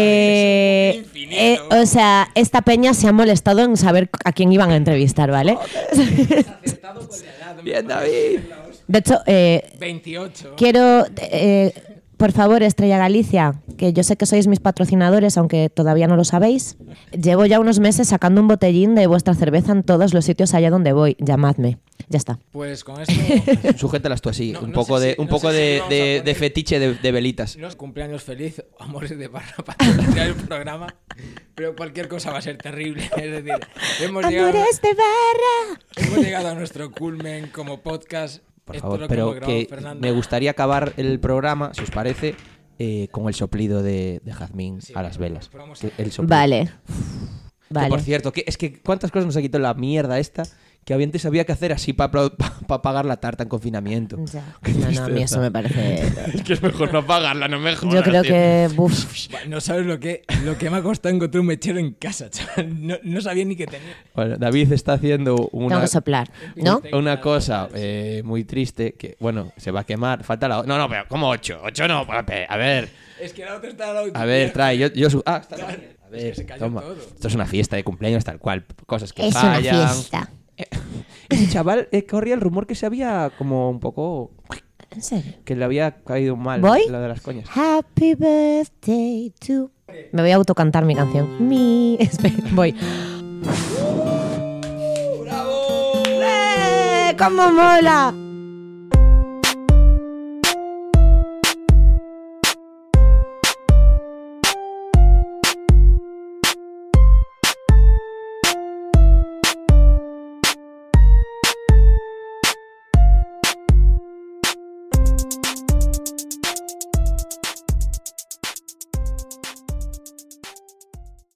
Eh, eh, o sea, esta peña se ha molestado en saber a quién iban a entrevistar, ¿vale? Bien, David. De hecho, eh, veintiocho. Quiero, eh, por favor, Estrella Galicia, que yo sé que sois mis patrocinadores, aunque todavía no lo sabéis. Llevo ya unos meses sacando un botellín de vuestra cerveza en todos los sitios allá donde voy. Llamadme. Ya está. Pues con esto... Sujétalas tú así, No, un no poco sé de, si- un no poco sé si de, vamos a de, poner- de fetiche de, de velitas. No es cumpleaños feliz, Amores de Barra para terminar el programa, pero cualquier cosa va a ser terrible. Es decir, hemos llegado, Amores de Barra. hemos llegado a nuestro culmen como podcast. Por Esto favor, es lo que pero hemos grabado, que Fernando. me gustaría acabar el programa, si os parece, eh, con el soplido de, de Jazmín Sí, a las velas. pero vamos Que a- el soplido. Vale. Que, Vale. por cierto, que, es que cuántas cosas nos ha quitado la mierda esta que antes había que hacer así para pa, pa pagar la tarta en confinamiento. Ya. Qué No, no, a mí tristeza. eso me parece... Es que es mejor no pagarla, no me jodas. Yo creo tío. que... Uf. Buah, No sabes lo que, lo que me ha costado encontrar un mechero en casa, chaval. No, no sabía ni que tenía. Bueno, David está haciendo Tengo una, que soplar, ¿no? una cosa eh, muy triste que, bueno, se va a quemar. Falta la... No, no, pero ¿cómo ocho? Ocho no. A ver, Es que la otra está al lado de tu a ver, tía. trae. Yo, yo su- Ah, está Claro, bien. A es que ver, se cayó toma. todo. Esto es una fiesta de cumpleaños tal cual. Cosas que Es una fallan. fiesta. Ese chaval, eh, corría el rumor que se había como un poco... ¿En serio? Que le había caído mal ¿Voy? la de las coñas. Happy birthday to... Me voy a autocantar mi canción. Mi... Espera, voy. ¡Bravo! ¡Eh! ¡Cómo mola!